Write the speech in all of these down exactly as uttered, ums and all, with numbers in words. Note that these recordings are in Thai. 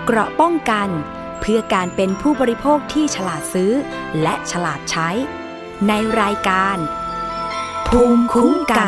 เกราะป้องกันเพื่อการเป็นผู้บริโภคที่ฉลาดซื้อและฉลาดใช้ในรายการภูมิคุ้มกัน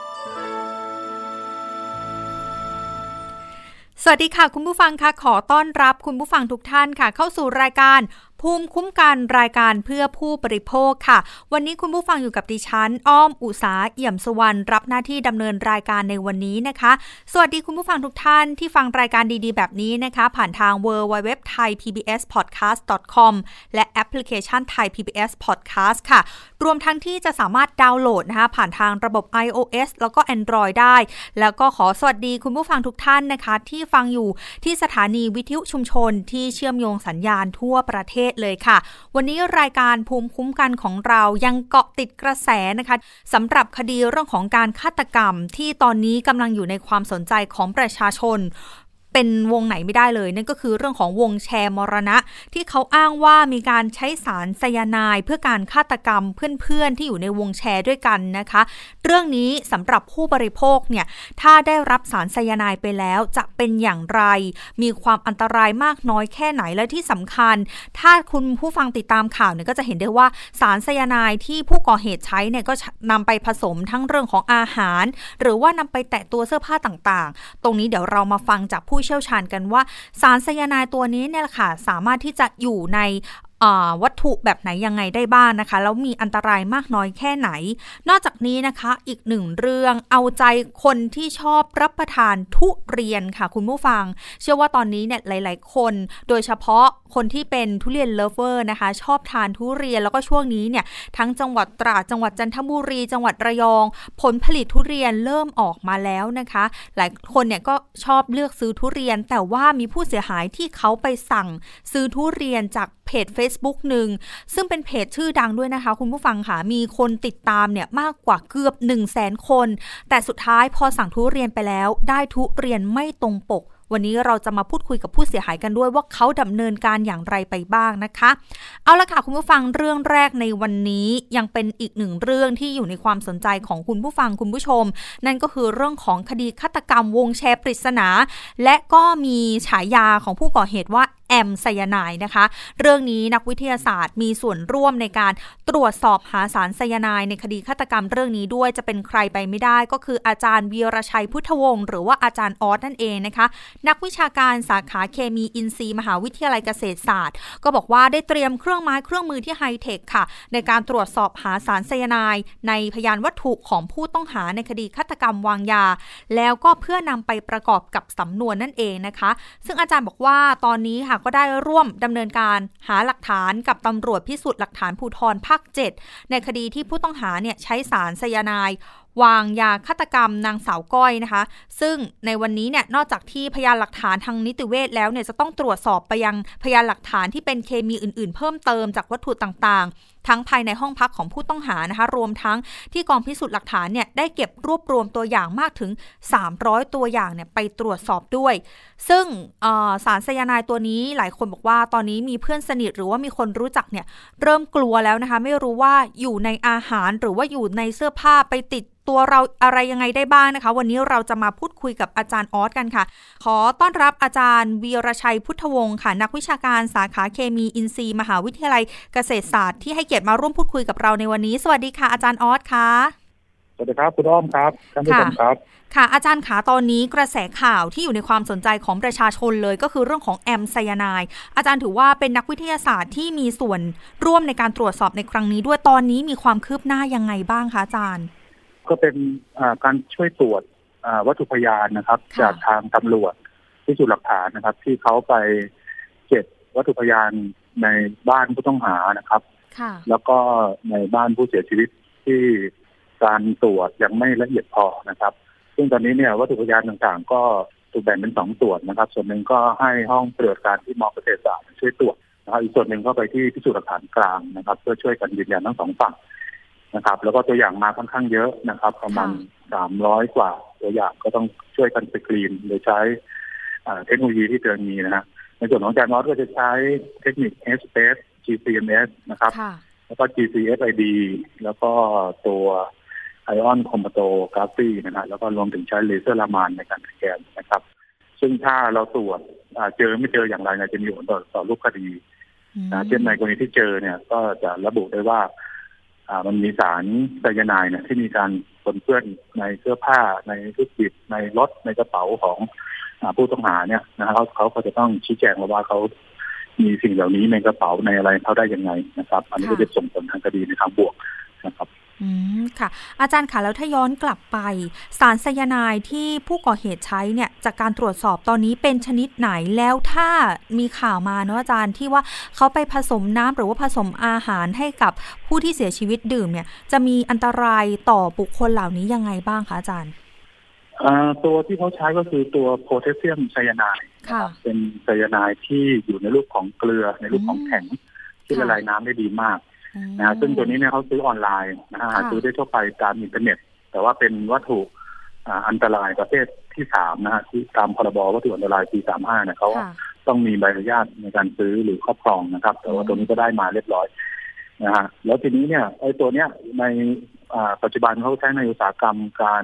สวัสดีค่ะคุณผู้ฟังค่ะขอต้อนรับคุณผู้ฟังทุกท่านค่ะเข้าสู่รายการภูมิคุ้มกันรายการเพื่อผู้บริโภคค่ะวันนี้คุณผู้ฟังอยู่กับดิฉันอ้อมอุษาเอี่ยมสุวรรณรับหน้าที่ดำเนินรายการในวันนี้นะคะสวัสดีคุณผู้ฟังทุกท่านที่ฟังรายการดีๆแบบนี้นะคะผ่านทาง ดับเบิลยู ดับเบิลยู ดับเบิลยู ดอท ไทย พี บี เอส พอดแคสต์ ดอท คอม และแอปพลิเคชัน Thai พี บี เอส Podcast ค่ะรวมทั้งที่จะสามารถดาวน์โหลดนะคะผ่านทางระบบ iOS แล้วก็ Android ได้แล้วก็ขอสวัสดีคุณผู้ฟังทุกท่านนะคะที่ฟังอยู่ที่สถานีวิทยุชุมชนที่เชื่อมโยงสัญญาณทั่วประเทศเลยค่ะวันนี้รายการภูมิคุ้มกันของเรายังเกาะติดกระแสนะคะสำหรับคดีเรื่องของการฆาตกรรมที่ตอนนี้กำลังอยู่ในความสนใจของประชาชนเป็นวงไหนไม่ได้เลยนั่นก็คือเรื่องของวงแชร์มรณะที่เขาอ้างว่ามีการใช้สารไซยาไนด์เพื่อการฆาตกรรมเพื่อนๆที่อยู่ในวงแชร์ด้วยกันนะคะเรื่องนี้สำหรับผู้บริโภคเนี่ยถ้าได้รับสารไซยาไนด์ไปแล้วจะเป็นอย่างไรมีความอันตรายมากน้อยแค่ไหนและที่สำคัญถ้าคุณผู้ฟังติดตามข่าวเนี่ยก็จะเห็นได้ว่าสารไซยาไนด์ที่ผู้ก่อเหตุใช้เนี่ยก็นำไปผสมทั้งเรื่องของอาหารหรือว่านำไปแตะตัวเสื้อผ้าต่างๆตรงนี้เดี๋ยวเรามาฟังจากผู้เชี่ยวชาญกันว่าสารไซยาไนด์ตัวนี้เนี่ยแหละค่ะสามารถที่จะอยู่ในวัตถุแบบไหนยังไงได้บ้างนะคะแล้วมีอันตรายมากน้อยแค่ไหนนอกจากนี้นะคะอีกหนึ่งเรื่องเอาใจคนที่ชอบรับประทานทุเรียนค่ะคุณผู้ฟังเชื่อว่าตอนนี้เนี่ยหลายๆคนโดยเฉพาะคนที่เป็นทุเรียนเลิฟเวอร์นะคะชอบทานทุเรียนแล้วก็ช่วงนี้เนี่ยทั้งจังหวัดตราดจังหวัดจันทบุรีจังหวัดระยองผลผลิตทุเรียนเริ่มออกมาแล้วนะคะหลายคนเนี่ยก็ชอบเลือกซื้อทุเรียนแต่ว่ามีผู้เสียหายที่เขาไปสั่งซื้อทุเรียนจากเพจ Facebook หนึ่งซึ่งเป็นเพจชื่อดังด้วยนะคะคุณผู้ฟังค่ะมีคนติดตามเนี่ยมากกว่าเกือบ หนึ่งแสน คนแต่สุดท้ายพอสั่งทุเรียนไปแล้วได้ทุเรียนไม่ตรงปกวันนี้เราจะมาพูดคุยกับผู้เสียหายกันด้วยว่าเขาดำเนินการอย่างไรไปบ้างนะคะเอาละค่ะคุณผู้ฟังเรื่องแรกในวันนี้ยังเป็นอีกหนึ่งเรื่องที่อยู่ในความสนใจของคุณผู้ฟังคุณผู้ชมนั่นก็คือเรื่องของคดีฆาตกรรมวงแชร์ปริศนาและก็มีฉายาของผู้ก่อเหตุว่าแอมไซยาไนด์นะคะเรื่องนี้นักวิทยาศาสตร์มีส่วนร่วมในการตรวจสอบหาสารไซยาไนด์ในคดีฆาตกรรมเรื่องนี้ด้วยจะเป็นใครไปไม่ได้ก็คืออาจารย์วีรชัยพุทธวงศ์หรือว่าอาจารย์ออสนั่นเองนะคะนักวิชาการสาขาเคมีอินทรีย์มหาวิทยาลัยเกษตรศาสตร์ก็บอกว่าได้เตรียมเครื่องไม้เครื่องมือที่ไฮเทคค่ะในการตรวจสอบหาสารไซยาไนด์ในพยานวัตถุของผู้ต้องหาในคดีฆาตกรรมวางยาแล้วก็เพื่อนำไปประกอบกับสำนวนนั่นเองนะคะซึ่งอาจารย์บอกว่าตอนนี้ค่ะก็ได้ร่วมดำเนินการหาหลักฐานกับตำรวจพิสูจน์หลักฐานภูธรภาคเจ็ดในคดีที่ผู้ต้องหาเนี่ยใช้สารไซยาไนด์วางยาฆาตกรรมนางสาวก้อยนะคะซึ่งในวันนี้เนี่ยนอกจากที่พยานหลักฐานทางนิติเวชแล้วเนี่ยจะต้องตรวจสอบไปยังพยานหลักฐานที่เป็นเคมีอื่นๆเพิ่มเติมจากวัตถุต่างๆทั้งภายในห้องพักของผู้ต้องหานะคะรวมทั้งที่กองพิสูจน์หลักฐานเนี่ยได้เก็บรวบรวมตัวอย่างมากถึงสามร้อยตัวอย่างเนี่ยไปตรวจสอบด้วยซึ่งสารไซยาไนด์ตัวนี้หลายคนบอกว่าตอนนี้มีเพื่อนสนิทหรือว่ามีคนรู้จักเนี่ยเริ่มกลัวแล้วนะคะไม่รู้ว่าอยู่ในอาหารหรือว่าอยู่ในเสื้อผ้าไปติดตัวเราอะไรยังไงได้บ้างนะคะวันนี้เราจะมาพูดคุยกับอาจารย์ออสกันค่ะขอต้อนรับอาจารย์วีรชัยพุทธวงศ์ค่ะนักวิชาการสาขาเคมีอินทรีย์มหาวิทยาลัยเกษตรศาสตร์ที่ให้เกียรติมาร่วมพูดคุยกับเราในวันนี้สวัสดีค่ะอาจารย์ออสค่ะสวัสดีครับคุณอ้อมครับท่านผู้ชมครับค่ะอาจารย์ขาตอนนี้กระแสข่าวที่อยู่ในความสนใจของประชาชนเลยก็คือเรื่องของแอมไซยาไนด์อาจารย์ถือว่าเป็นนักวิทยาศาสตร์ที่มีส่วนร่วมในการตรวจสอบในครั้งนี้ด้วยตอนนี้มีความคืบหน้ายังไงบ้างคะอาจารย์ก็เป็นการช่วยตรวจวัตถุพยานนะครับจากทางตำรวจพิสูจน์หลักฐานนะครับที่เขาไปเก็บวัตถุพยานในบ้านผู้ต้องหานะครับแล้วก็ในบ้านผู้เสียชีวิตที่การตรวจยังไม่ละเอียดพอนะครับซึ่งตอนนี้เนี่ยวัตถุพยานต่างๆก็ถูกแบ่งเป็นสองส่วนนะครับส่วนหนึ่งก็ให้ห้องปฏิบัติการที่มอเกษตรศาสตร์ช่วยตรวจนะครับอีกส่วนหนึ่งก็ไปที่พิสูจน์หลักฐานกลางนะครับเพื่อช่วยกันยืนยันทั้งสองฝั่งนะครับแล้วก็ตัวอย่างมาค่อนข้างเยอะนะครับประมาณสามร้อยกว่าตัวอย่างก็ต้องช่วยกันสกรีนโดยใช้เทคโนโลยีที่เจอมีนะฮะในส่วนของอาจารย์นอตก็จะใช้เทคนิค เอส เอส จี ซี เอ็ม เอส นะครับแล้วก็ จี ซี เอฟ ไอ ดี แล้วก็ตัวไอออนคอมโพโตกราฟีนะฮะแล้วก็รวมถึงใช้เลเซอร์ลามานในการสแกนนะครับซึ่งถ้าเราตรวจเจอไม่เจออย่างไรเนี่ยจะมีผลต่อต่อรูปคดีนะเช่นในกรณีที่เจอเนี่ยก็จะระบุได้ว่ามันมีสารไซยาไนด์เนี่ยที่มีการปนเปื้อนในเสื้อผ้าในทุกจิตในรถในกระเป๋าของผู้ต้องหาเนี่ยนะเขาเขาก็จะต้องชี้แจงว่าเขามีสิ่งเหล่านี้ในกระเป๋าในอะไรเขาได้ยังไงนะครับอันนี้ก็จะส่งผลทางคดีในทางบวกนะครับอืมค่ะอาจารย์ค่ะแล้วถ้าย้อนกลับไปสารไซยาไนด์ที่ผู้ก่อเหตุใช้เนี่ยจากการตรวจสอบตอนนี้เป็นชนิดไหนแล้วถ้ามีข่าวมาเนาะอาจารย์ที่ว่าเขาไปผสมน้ำหรือว่าผสมอาหารให้กับผู้ที่เสียชีวิตดื่มเนี่ยจะมีอันตรายต่อบุคคลเหล่านี้ยังไงบ้างคะอาจารย์ตัวที่เขาใช้ก็คือตัวโพแทสเซียมไซยาไนด์เป็นไซยาไนด์ที่อยู่ในรูปของเกลือในรูปของแข็งที่ละลายน้ำได้ดีมากนะซึ่งตัวนี้เนี่ยเขาซื้อออนไลน์นะฮะซื้อได้ทั่วไปตามอินเทอร์เน็ตแต่ว่าเป็นวัตถุอันตรายประเภทที่สามนะฮะที่ตามพรบวัตถุอันตรายปีสามห้าเนี่ยเขาต้องมีใบอนุญาตในการซื้อหรือครอบครองนะครับแต่ว่าตัวนี้ก็ได้มาเรียบร้อยนะฮะแล้วทีนี้เนี่ยไอ้ตัวเนี้ยในปัจจุบันเขาใช้ในอุตสาหกรรมการ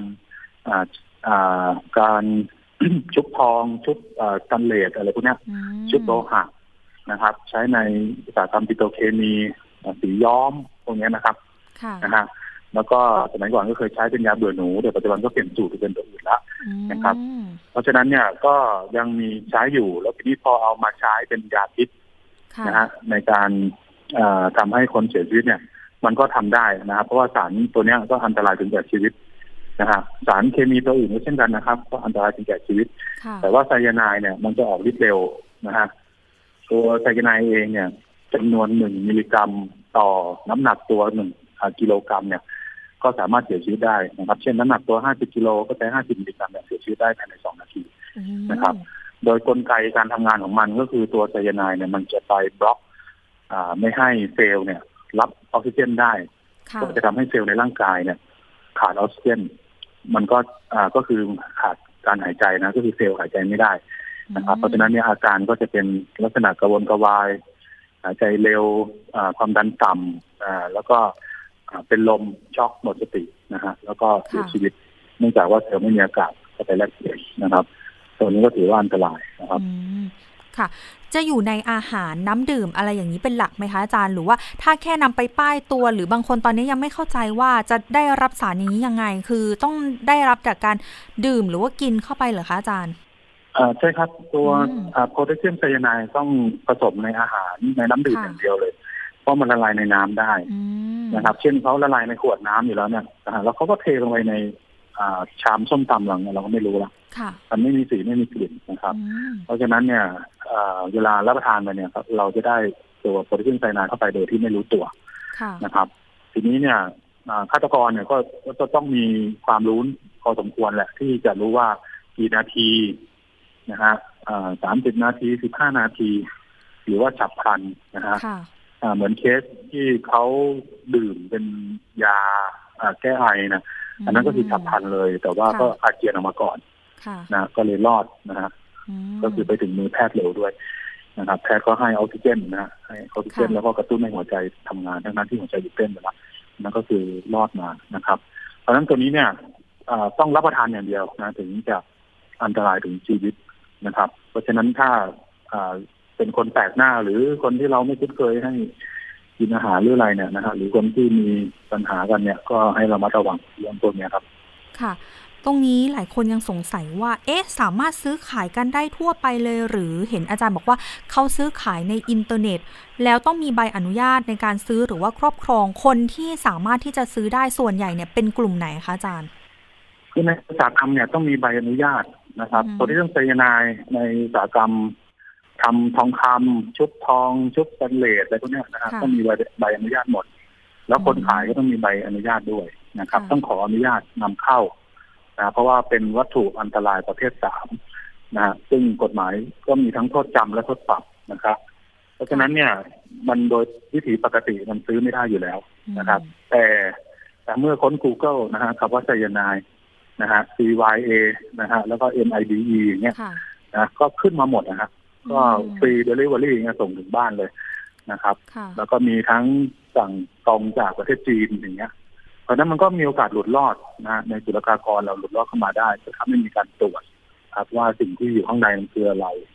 การชุบทองชุบสแตนเลสอะไรพวกนี้ชุบโลหะนะครับใช้ในอุตสาหกรรมปิโตรเคมีสีย้อมพวกนี้นะครับนะฮะแล้วก็สมัยก่อนก็เคยใช้เป็นยาเบื่อหนูแต่ปัจจุบันก็เปลี่ยนสูตรเป็นตัวอื่นแล้วนะครับเพราะฉะนั้นเนี่ยก็ยังมีใช้อยู่แล้วทีนี้พอเอามาใช้เป็นยาพิษนะฮะในการทำให้คนเสียชีวิตเนี่ยมันก็ทำได้นะครับเพราะว่าสารตัวนี้ก็อันตรายถึงแก่ชีวิตนะฮะสารเคมีตัวอื่นก็เช่นกันนะครับก็อันตรายถึงแก่ชีวิตแต่ว่าไซยาไนด์เนี่ยมันจะออกฤทธิ์เร็วนะฮะตัวไซยาไนด์เองเนี่ยจำนวนหนึ่งมิลลิกรัมต่อน้ำหนักตัวหนึ่งกิโลกรัมเนี่ยก็สามารถเสียชีวิตได้นะครับเช่นน้ำหนักตัวห้าสิบกิโลก็ใช้ห้าสิบมิลลิกรัมเนี่ยเสียชีวิตได้ภายในสองนาทีนะครับโดยกลไกการทำงานของมันก็คือตัวไซยาไนด์เนี่ยมันจะไปบล็อกไม่ให้เซลล์เนี่ยรับออกซิเจนได้ก็จะทำให้เซลล์ในร่างกายเนี่ยขาดออกซิเจนมันก็ก็คือขาดการหายใจนะก็คือเซลล์หายใจไม่ได้นะครับเพราะฉะนั้นเนี่ยอาการก็จะเป็นลักษณะกระวนกระวายหายใจเร็วความดันต่ำแล้วก็เป็นลมช็อกหมดสตินะฮะแล้วก็เสียชีวิตเนื่องจากว่าเซลล์ไม่มีอากาศเข้าไปแลกเปลี่ยนนะครับตัวนี้ก็ถือว่าอันตรายนะครับค่ะจะอยู่ในอาหารน้ำดื่มอะไรอย่างนี้เป็นหลักไหมคะอาจารย์หรือว่าถ้าแค่นำไปป้ายตัวหรือบางคนตอนนี้ยังไม่เข้าใจว่าจะได้รับสารอย่างนี้ยังไงคือต้องได้รับจากการดื่มหรือว่ากินเข้าไปเหรอคะอาจารย์อ่าใช่ครับตัวโพแทสเซียมไซยาไนด์ต้องผสมในอาหารในน้ำดื่มอย่างเดียวเลยเพราะมันละลายในน้ำได้นะครับเช่นเขาละลายในขวดน้ำอยู่แล้วเนี่ยแล้วเขาก็เทลงไปในชามส้มตำหลังเราก็ไม่รู้ละมันไม่มีสีไม่มีกลิ่นนะครับเพราะฉะนั้นเนี่ยเวลารับประทานไปเนี่ยเราจะได้ตัวโพแทสเซียมไซยาไนด์เข้าไปโดยที่ไม่รู้ตัวนะครับทีนี้เนี่ยฆาตกรเนี่ยก็จะต้องมีความรู้พอสมควรแหละที่จะรู้ว่ากี่นาทีนะฮะสามสิบนาทีสิบห้านาทีหรือว่าฉับพลันนะฮะเหมือนเคสที่เขาดื่มเป็นยาแก้ไอนะอันนั้นก็คือฉับพลันเลยแต่ว่าก็อาเจียนออกมาก่อนนะก็เลยรอดนะฮะก็คือไปถึงมือแพทย์เร็วด้วยนะครับแพทย์ก็ให้ออกซิเจนนะให้ออกซิเจนแล้วก็กระตุ้นให้หัวใจทำงานทั้งนั้นที่หัวใจหยุดเต้นไปแล้วนั่นก็คือรอดมานะครับเพราะฉะนั้นตัวนี้เนี่ยต้องรับประทานอย่างเดียวนะถึงจะอันตรายถึงชีวิตนะครับเพราะฉะนั้นถ้าเป็นคนแปลกหน้าหรือคนที่เราไม่คุ้นเคยให้กินอาหารหรืออะไรเนี่ยนะฮะหรือคนที่มีปัญหากันเนี่ยก็ให้เรามาระวังเรื่องตัวนี้ครับค่ะตรงนี้หลายคนยังสงสัยว่าเอ๊ะสามารถซื้อขายกันได้ทั่วไปเลยหรือเห็นอาจารย์บอกว่าเขาซื้อขายในอินเทอร์เน็ตแล้วต้องมีใบอนุญาตในการซื้อหรือว่าครอบครองคนที่สามารถที่จะซื้อได้ส่วนใหญ่เนี่ยเป็นกลุ่มไหนคะอาจารย์คือในอุตสาหกรรมเนี่ยต้องมีใบอนุญาตนะครับตัวที่ต้องไซยาไนด์ในอุตสาหกรรมทำทองคำชุบทองชุบสแตนเลสอะไรพวกนี้นะครับต้องมีใบอนุญาตหมดแล้วคนขายก็ต้องมีใบอนุญาตด้วยนะครับต้องขออนุญาตนำเข้านะเพราะว่าเป็นวัตถุอันตรายประเภทสามนะฮะซึ่งกฎหมายก็มีทั้งโทษจำและโทษปรับนะครับเพราะฉะนั้นเนี่ยมันโดยวิถีปกติมันซื้อไม่ได้อยู่แล้วนะครับแต่แต่เมื่อค้น Google นะฮะคำว่าไซยาไนด์นะฮะ ซี วาย เอ นะฮะแล้วก็ เอ็ม ไอ ดี อี อย่างเงี้ยนะก็ขึ้นมาหมดนะฮะก็ฟรีเดลิเวอรี่เนี่ยส่งถึงบ้านเลยนะครับแล้วก็มีทั้งสั่งตรงจากประเทศจีนอย่างเงี้ยเพราะนั้นมันก็มีโอกาสหลุดรอดนะในศุลกากรเราหลุดรอดเข้ามาได้แต่ถ้าไม่มีการตรวจครับว่าสิ่งที่อยู่ข้างในมันคืออะไร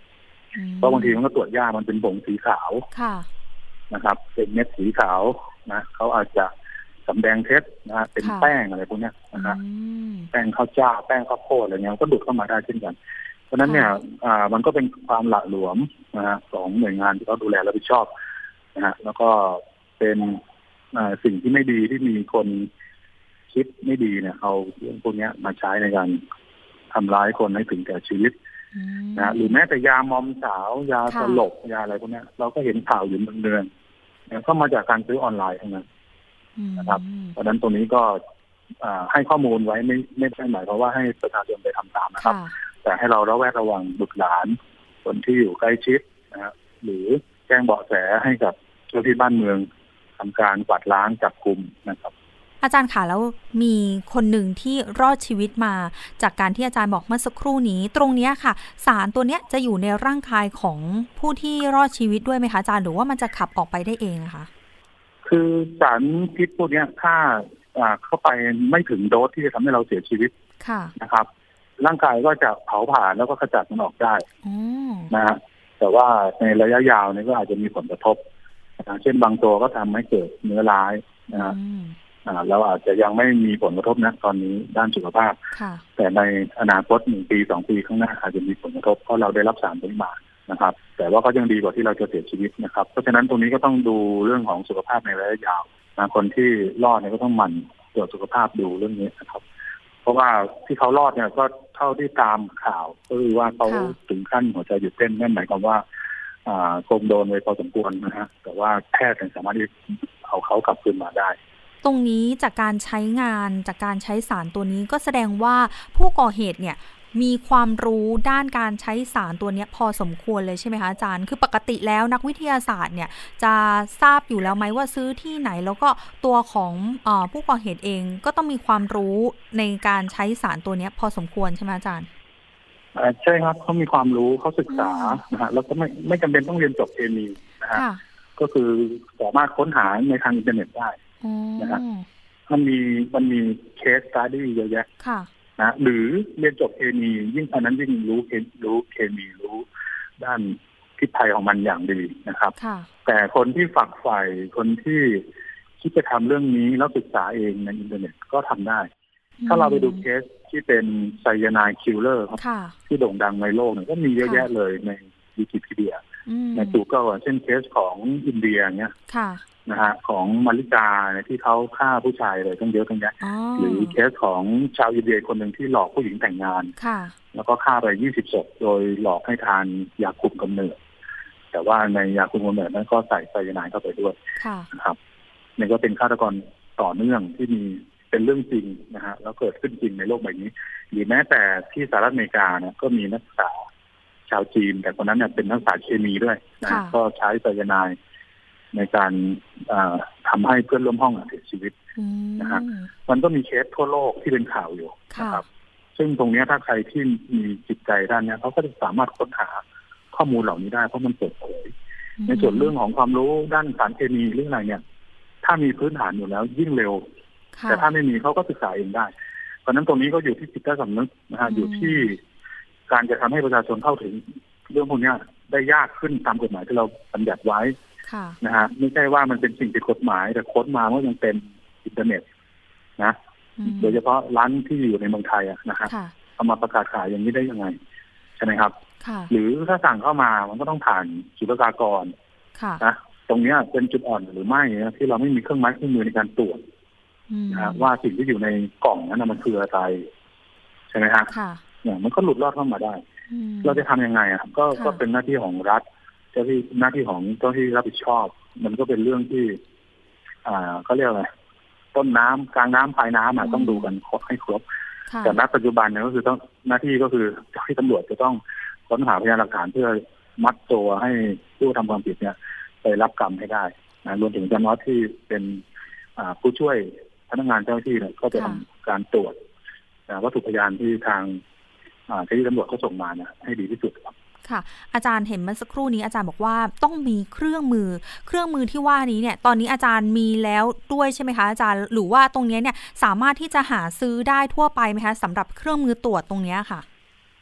เพราะบางทีมันก็ตรวจยากมันเป็นผงสีขาวนะครับเป็นเม็ดสีขาวนะเขาอาจจะสำแดงเท็จนะฮะเป็นแป้งอะไรพวกนี้นะฮะแป้งข้าวเจ้าแป้งข้าวโพดอะไรเงี้ยก็ดูดเข้ามาได้เช่นกันเพราะนั้นเนี่ยอ่ามันก็เป็นความหละหลวมนะฮะของหน่วยงานที่เขาดูแลรับผิดชอบนะฮะแล้วก็เป็นอ่าสิ่งที่ไม่ดีที่มีคนคิดไม่ดีเนี่ยเอาเรื่องพวกนี้มาใช้ในการทำร้ายคนให้ถึงแก่ชีวิตนะหรือแม้แต่ยามอมสาวยาสลบยาอะไรพวกนี้เราก็เห็นข่าวอยู่เดือนๆเนี่ยก็มาจากการซื้อออนไลน์ทั้งนั้นนะครับเพราะฉะนั้นตรงนี้ก็ให้ข้อมูลไว้ไม่ไม่ใช่หมายความว่าให้ประชาชนไปทำตามนะครับแต่ให้เราระแวดระวังบุตรหลานคนที่อยู่ใกล้ชิดนะหรือแจ้งเบาะแสให้กับเจ้าหน้าที่บ้านเมืองทำการกวาดล้างจับกุมนะครับอาจารย์ค่ะแล้วมีคนหนึ่งที่รอดชีวิตมาจากการที่อาจารย์บอกเมื่อสักครู่นี้ตรงนี้ค่ะสารตัวนี้จะอยู่ในร่างกายของผู้ที่รอดชีวิตด้วยไหมคะอาจารย์หรือว่ามันจะขับออกไปได้เองคะคือสารพิษพวกนี้ถ้าเข้าไปไม่ถึงโดสที่จะทำให้เราเสียชีวิตนะครับร่างกายก็จะเผาผลาญแล้วก็ขจัดมันออกได้นะฮะแต่ว่าในระยะยาวนี่ก็อาจจะมีผลกระทบเช่นบางตัวก็ทำให้เกิดเนื้อร้ายนะฮะเราอาจจะยังไม่มีผลกระทบนะตอนนี้ด้านสุขภาพแต่ในอนาคตหนึ่งปีสองปีข้างหน้าอาจจะมีผลกระทบเพราะเราได้รับสารตัวนี้มานะครับแต่ว่าก็ยังดีกว่าที่เราจะเสียชีวิตนะครับเพราะฉะนั้นตรงนี้ก็ต้องดูเรื่องของสุขภาพในระยะยาวนะคนที่รอดเนี่ยก็ต้องหมั่นตรวจสุขภาพดูเรื่องนี้นะครับเพราะว่าที่เขารอดเนี่ยก็เท่าที่ตามข่าวก็คือว่าเขาถึงขั้นหัวใจหยุดเต้นนั่นหมายความว่าอ่าคงโดนไปพอสมควรนะฮะแต่ว่าแพทย์สามารถที่เอาเขากลับคืนมาได้ตรงนี้จากการใช้งานจากการใช้สารตัวนี้ก็แสดงว่าผู้ก่อเหตุเนี่ยมีความรู้ด้านการใช้สารตัวนี้พอสมควรเลยใช่ไหมคะอาจารย์คือปกติแล้วนักวิทยาศาสตร์เนี่ยจะทราบอยู่แล้วไหมว่าซื้อที่ไหนแล้วก็ตัวของเอ่อผู้ก่อเหตุเองก็ต้องมีความรู้ในการใช้สารตัวนี้พอสมควรใช่ไหมอาจารย์ใช่ครับเขามีความรู้เขาศึกษานะฮะแล้วก็ไม่ไม่จำเป็นต้องเรียนจบเคมีนะฮะก็คือสามารถค้นหาในทางอินเทอร์เน็ตได้นะฮะมันมีมันมีเคสสตั๊ดดี้เยอะแยะนะหรือเรียนจบเคมียิ่งอันนั้นยิ่งรู้เครู้เคมีรู้ด้านพิษภัยของมันอย่างดีนะครับแต่คนที่ฝักใฝ่คนที่คิดจะทำเรื่องนี้แล้วศึกษาเองในอินเทอร์เน็ตก็ทำได้ถ้าเราไปดูเคสที่เป็นไซยาไนด์คิลเลอร์ครับที่โด่งดังในโลกเนี่ยก็มีเยอะแยะเลยในวิกิพีเดียใน Google เช่นเคสของอินเดียเนี่ยนะฮะของมาริกาที่เขาฆ่าผู้ชายเลยตั้งเยอะตั้งแยะหรือเคสของชาวอินเดียคนหนึ่งที่หลอกผู้หญิงแต่งงานแล้วก็ฆ่าไปยี่สิบศพโดยหลอกให้ทานยาคุมกำเนิดแต่ว่าในยาคุมกำเนิดนั้นก็ใส่ไซยาไนด์เข้าไปด้วยนะครับนี่ก็เป็นฆาตกรต่อเนื่องที่มีเป็นเรื่องจริงนะฮะแล้วเกิดขึ้นจริงในโลกใบนี้หรือแม้แต่ที่สหรัฐอเมริกาเนี่ยก็มีนักศึกษาชาวจีนแต่คนนั้นเนี่ยเป็นนักศึกษาเคมีด้วยนะก็ใช้ไซยาไนด์ในการทำให้เพื่อนร่วมห้องเสียชีวิตนะฮะมันก็มีเคสทั่วโลกที่เป็นข่าวอยู่นะครับซึ่งตรงนี้ถ้าใครที่มีจิตใจด้านนี้เขาก็จะสามารถค้นหาข้อมูลเหล่านี้ได้เพราะมันเปิดเผยในส่วนเรื่องของความรู้ด้านสารเคมีเรื่องอะไรเนี่ยถ้ามีพื้นฐานอยู่แล้วยิ่งเร็วแต่ถ้าไม่มีเขาก็ศึกษาเองได้เพราะนั้นตรงนี้ก็อยู่ที่จิตใต้สำนึกนะฮะอยู่ที่การจะทำให้ประชาชนเข้าถึงเรื่องพวกนี้ได้ยากขึ้นตามกฎหมายที่เราบัญญัติไว้นะฮะไม่ใช่ว่ามันเป็นสิ่งผิดกฎหมายแต่ค้นมาว่ายังเป็นอินเทอร์เน็ตนะโดยเฉพาะร้านที่อยู่ในเมืองไทยอะนะฮะเอามาประกาศขายอย่างนี้ได้ยังไงใช่ไหมครับหรือถ้าสั่งเข้ามามันก็ต้องผ่านศุลกากรนะตรงนี้เป็นจุดอ่อนหรือไม่นะที่เราไม่มีเครื่องไม้เครื่องมือในการตรวจนะว่าสิ่งที่อยู่ในกล่องนั้นมันคืออะไรใช่ไหมฮะเนี่ยมันก็หลุดรอดเข้ามาได้เราจะทำยังไงอ่ะก็ก็เป็นหน้าที่ของรัฐเจ้าที่หน้าที่ของเจ้าที่รับผิดชอบมันก็เป็นเรื่องที่อ่าเขาเรียกอะไรต้นน้ำกลางน้ำปลายน้ำอ่ะต้องดูกันให้ครบแต่ณปัจจุบันเนี่ยก็คือต้องหน้าที่ก็คือเจ้าที่ตำรวจจะต้องค้นหาพยานหลักฐานเพื่อมัดตัวให้ผู้ทำความผิดเนี่ยไปรับกรรมให้ได้นะรวมถึงเจ้าหน้าที่เป็นผู้ช่วยพนักงานเจ้าหน้าที่เนี่ยก็จะทำการตรวจวัตถุพยานที่ทางเจ้าหน้าที่ตำรวจเขาส่งมาเนี่ยให้ดีที่สุดครับค่ะอาจารย์เห็นเมื่อสักครู่นี้อาจารย์บอกว่าต้องมีเครื่องมือเครื่องมือที่ว่านี้เนี่ยตอนนี้อาจารย์มีแล้วด้วยใช่ไหมคะอาจารย์หรือว่าตรงนี้เนี่ยสามารถที่จะหาซื้อได้ทั่วไปไหมคะสำหรับเครื่องมือตรวจตรงนี้ค่ะ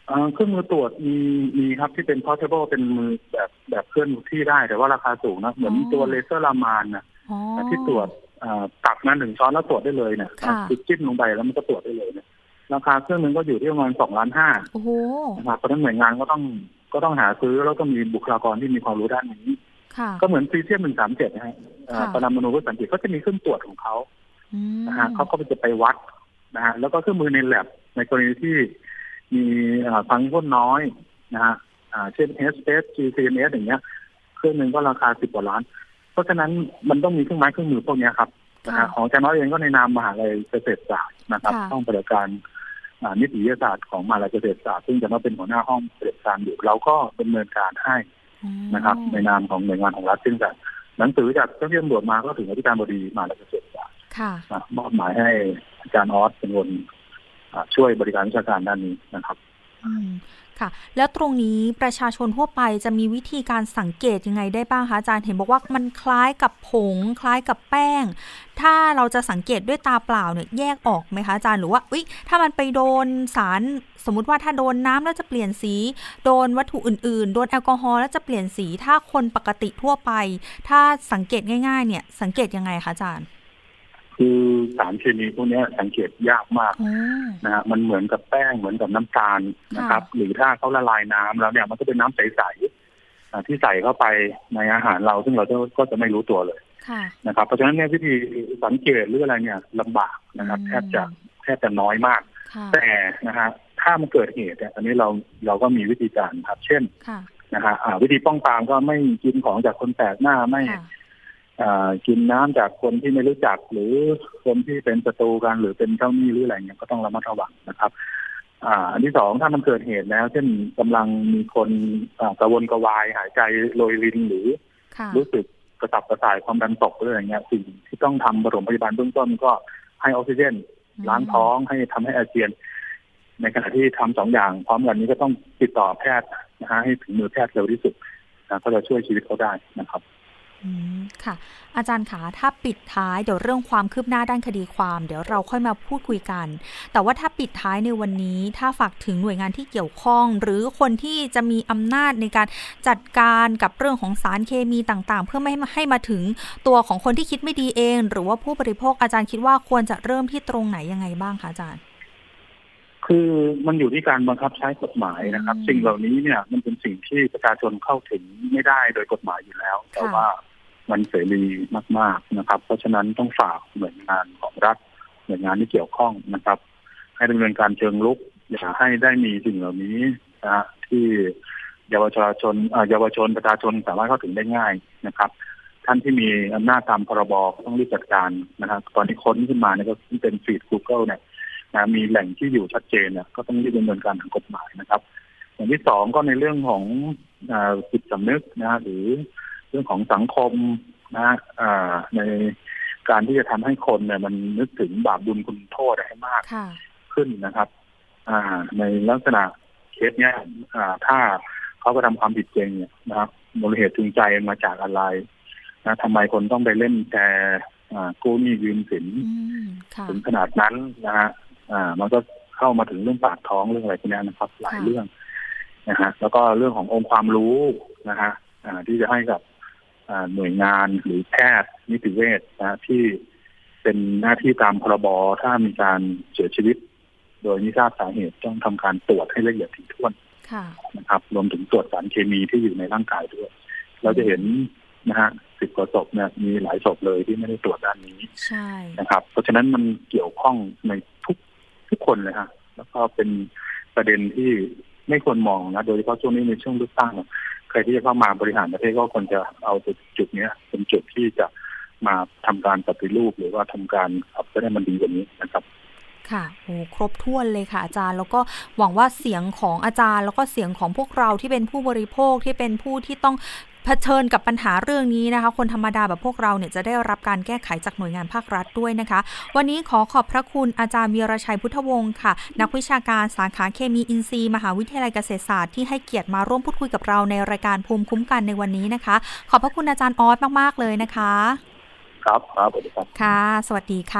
เครื่องมือตรวจมีมีครับที่เป็น portable เป็นมือแบบแบบเคลื่อนที่ได้แต่ว่าราคาสูงนะเหมือนตัวเลเซอร์ลามานนะที่ตรวจตักมาหนึ่งช้อนแล้วตรวจได้เลยเนี่ยคือจิ้มลงไปแล้วมันก็ตรวจได้เลยเนี่ยราคาเครื่องนึงก็อยู่ที่ประมาณสองล้านห้านะครับเพราะฉะนั้นหน่วยงานก็ต้องก็ต้องหาซื้อแล้วก็มีบุคลากรที่มีความรู้ด้านนี้ก็เหมือนซีเซียมหนึ่งสามเจ็ดนะฮะปรมาณูวิทยาศาสตร์เขาจะมีเครื่องตรวจของเขานะฮะเขาก็จะไปวัดนะฮะแล้วก็เครื่องมือในแลบในกรณีที่มีฟังก์ชันน้อยนะฮะเช่น เอส เอส จี ซี เอ็ม เอส อย่างเงี้ยเครื่องนึงก็ราคาสิบกว่าล้านเพราะฉะนั้นมันต้องมีเครื่องไม้เครื่องมือพวกนี้ครับนะฮะของอาจารย์น้อยเองก็ในนามมหาวิทยาลัยเกษตรศาสตร์นะครับห้องปฏิบัติการนิติวิทยาศาสตร์ของมหาวิทยาลัยเกษตรศาสตร์ซึ่งจะมาเป็นหัวหน้าห้องปฏิบัติการอยู่เราก็ดำเนินการให้นะครับในนามของหน่วยงานของรัฐซึ่งจากหนังสือจากเจ้าหน้าที่ตำรวจมาก็ถึงอธิการบดีมหาวิทยาลัยเกษตรศาสตร์มอบหมายให้อาจารย์ออสเป็นคนช่วยบริการวิชาการด้านนี้นะครับค่ะแล้วตรงนี้ประชาชนทั่วไปจะมีวิธีการสังเกตยังไงได้บ้างคะอาจารย์เห็นบอกว่ามันคล้ายกับผงคล้ายกับแป้งถ้าเราจะสังเกตด้วยตาเปล่าเนี่ยแยกออกไหมคะอาจารย์หรือว่าอุ๊ยถ้ามันไปโดนสารสมมุติว่าถ้าโดนน้ำแล้วจะเปลี่ยนสีโดนวัตถุอื่นๆโดนแอลกอฮอล์แล้วจะเปลี่ยนสีถ้าคนปกติทั่วไปถ้าสังเกตง่ายๆเนี่ยสังเกตยังไงคะอาจารย์คือสารเคมีพวกนี้สังเกตยากมากนะฮะมันเหมือนกับแป้งเหมือนกับน้ำตาลนะครับหรือถ้าเขาละลายน้ำแล้วเนี่ยมันก็เป็นน้ำใสๆที่ใส่เข้าไปในอาหารเราซึ่งเราก็จะไม่รู้ตัวเลยนะครับเพราะฉะนั้นเนี่ยวิธีสังเกตหรืออะไรเนี่ยลำบากนะครับแทบจะแทบจะน้อยมากแต่นะฮะถ้ามันเกิดเหตุเนี่ยอันนี้เราเราก็มีวิธีการครับเช่นนะฮะวิธีป้องกันก็ไม่กินของจากคนแปลกหน้าไม่กินน้ำจากคนที่ไม่รู้จักหรือคนที่เป็นศัตรูกันหรือเป็นเจ้าหนี้หรืออะไรเงี้ยก็ต้องระมัดระวังนะครับอ่าอันที่สองถ้ามันเกิดเหตุแล้วเช่นกำลังมีคนกระวนกระวายหายใจโรยรินหรือรู้สึกกระสับกระส่ายความดันตกหรืออะไรเงี้ยสิ่งที่ต้องทำปฐมพยาบาลเบื้องต้นก็ให้ออกซิเจนล้างท้องให้ทำให้อาเจียนในขณะที่ทำสองอย่างพร้อมกันนี้ก็ต้องติดต่อแพทย์นะฮะให้ถึงมือแพทย์เร็วที่สุดนะก็จะช่วยชีวิตเขาได้นะครับอืมค่ะอาจารย์คะถ้าปิดท้ายเดี๋ยวเรื่องความคืบหน้าด้านคดีความเดี๋ยวเราค่อยมาพูดคุยกันแต่ว่าถ้าปิดท้ายในวันนี้ถ้าฝากถึงหน่วยงานที่เกี่ยวข้องหรือคนที่จะมีอำนาจในการจัดการกับเรื่องของสารเคมีต่างๆเพื่อไม่ให้มาถึงตัวของคนที่คิดไม่ดีเองหรือว่าผู้บริโภคอาจารย์คิดว่าควรจะเริ่มที่ตรงไหนยังไงบ้างคะอาจารย์คือมันอยู่ที่การบังคับใช้กฎหมายนะครับสิ่งเหล่านี้เนี่ยมันเป็นสิ่งที่ประชาชนเข้าถึงไม่ได้โดยกฎหมายอยู่แล้วแต่ว่ามันเสรีมากๆนะครับเพราะฉะนั้นต้องฝากหน่วยงานของรัฐหน่วยงานที่เกี่ยวข้องนะครับให้ดำเนินการเชิงรุกอย่าให้ได้มีสิ่งเหล่านี้นะที่เยาวชนเยาวชนประชาชนสามารถเข้าถึงได้ง่ายนะครับท่านที่มีอำนาจตามพรบต้องรีบจัดการนะครับตอนนี้ค้นขึ้นมาเนี่ยก็เป็นฟีด Google เนี่ยนะมีแหล่งที่อยู่ชัดเจนเนี่ยก็ต้องรีบดำเนินการทางกฎหมายนะครับอย่างที่สองก็ในเรื่องของจิตสำนึกนะหรือเรื่องของสังคมนะในการที่จะทำให้คนเนี่ยมันนึกถึงบาปบุญคุณโทษให้มากขึ้นนะครับในลักษณะเคสเนี้ยถ้าเขาก็ทำความผิดจริงเนี่ยนะครับมูลเหตุจูงใจมาจากอะไรนะทำไมคนต้องไปเล่นแชร์กู้หนี้ยืมสินถึงขนาดนั้นนะฮะมันก็เข้ามาถึงเรื่องปากท้องเรื่องอะไรพวกนี้นะครับหลายเรื่องนะฮะแล้วก็เรื่องขององค์ความรู้นะฮะที่จะให้กับหน่วยงานหรือแพทย์นิติเวชนะที่เป็นหน้าที่ตามพรบถ้ามีการเสียชีวิตโดยไม่ทราบสาเหตุต้องทำการตรวจให้ละเอียดถี่ถ้วนนะครับรวมถึงตรวจสารเคมีที่อยู่ในร่างกายด้วยเราจะเห็นนะฮะสิบกว่าศพเนี่ยมีหลายศพเลยที่ไม่ได้ตรวจด้านนี้นะครับเพราะฉะนั้นมันเกี่ยวข้องในทุกทุกคนเลยฮะแล้วก็เป็นประเด็นที่ไม่ควรมองนะโดยเฉพาะช่วงนี้ในช่วงเลือกตั้งใครที่จะเข้ามาบริหารประเทศก็ควรจะเอาจุดนี้เป็นจุดที่จะมาทำการปฏิรูปหรือว่าทำการขับให้ได้มันดีกว่านี้นะครับค่ะโอ้ครบถ้วนเลยค่ะอาจารย์แล้วก็หวังว่าเสียงของอาจารย์แล้วก็เสียงของพวกเราที่เป็นผู้บริโภคที่เป็นผู้ที่ต้องเผชิญกับปัญหาเรื่องนี้นะคะคนธรรมดาแบบพวกเราเนี่ยจะได้รับการแก้ไขจากหน่วยงานภาครัฐด้วยนะคะวันนี้ขอขอบพระคุณอาจารย์วีรชัยพุทธวงศ์ค่ะนักวิชาการสาขาเคมีอินทรีย์มหาวิทยาลัยเกษตรศาสตร์ที่ให้เกียรติมาร่วมพูดคุยกับเราในรายการภูมิคุ้มกันในวันนี้นะคะขอบพระคุณอาจารย์ออสมากๆเลยนะคะครับครับสวัสดีครับค่ะสวัสดีค่ะ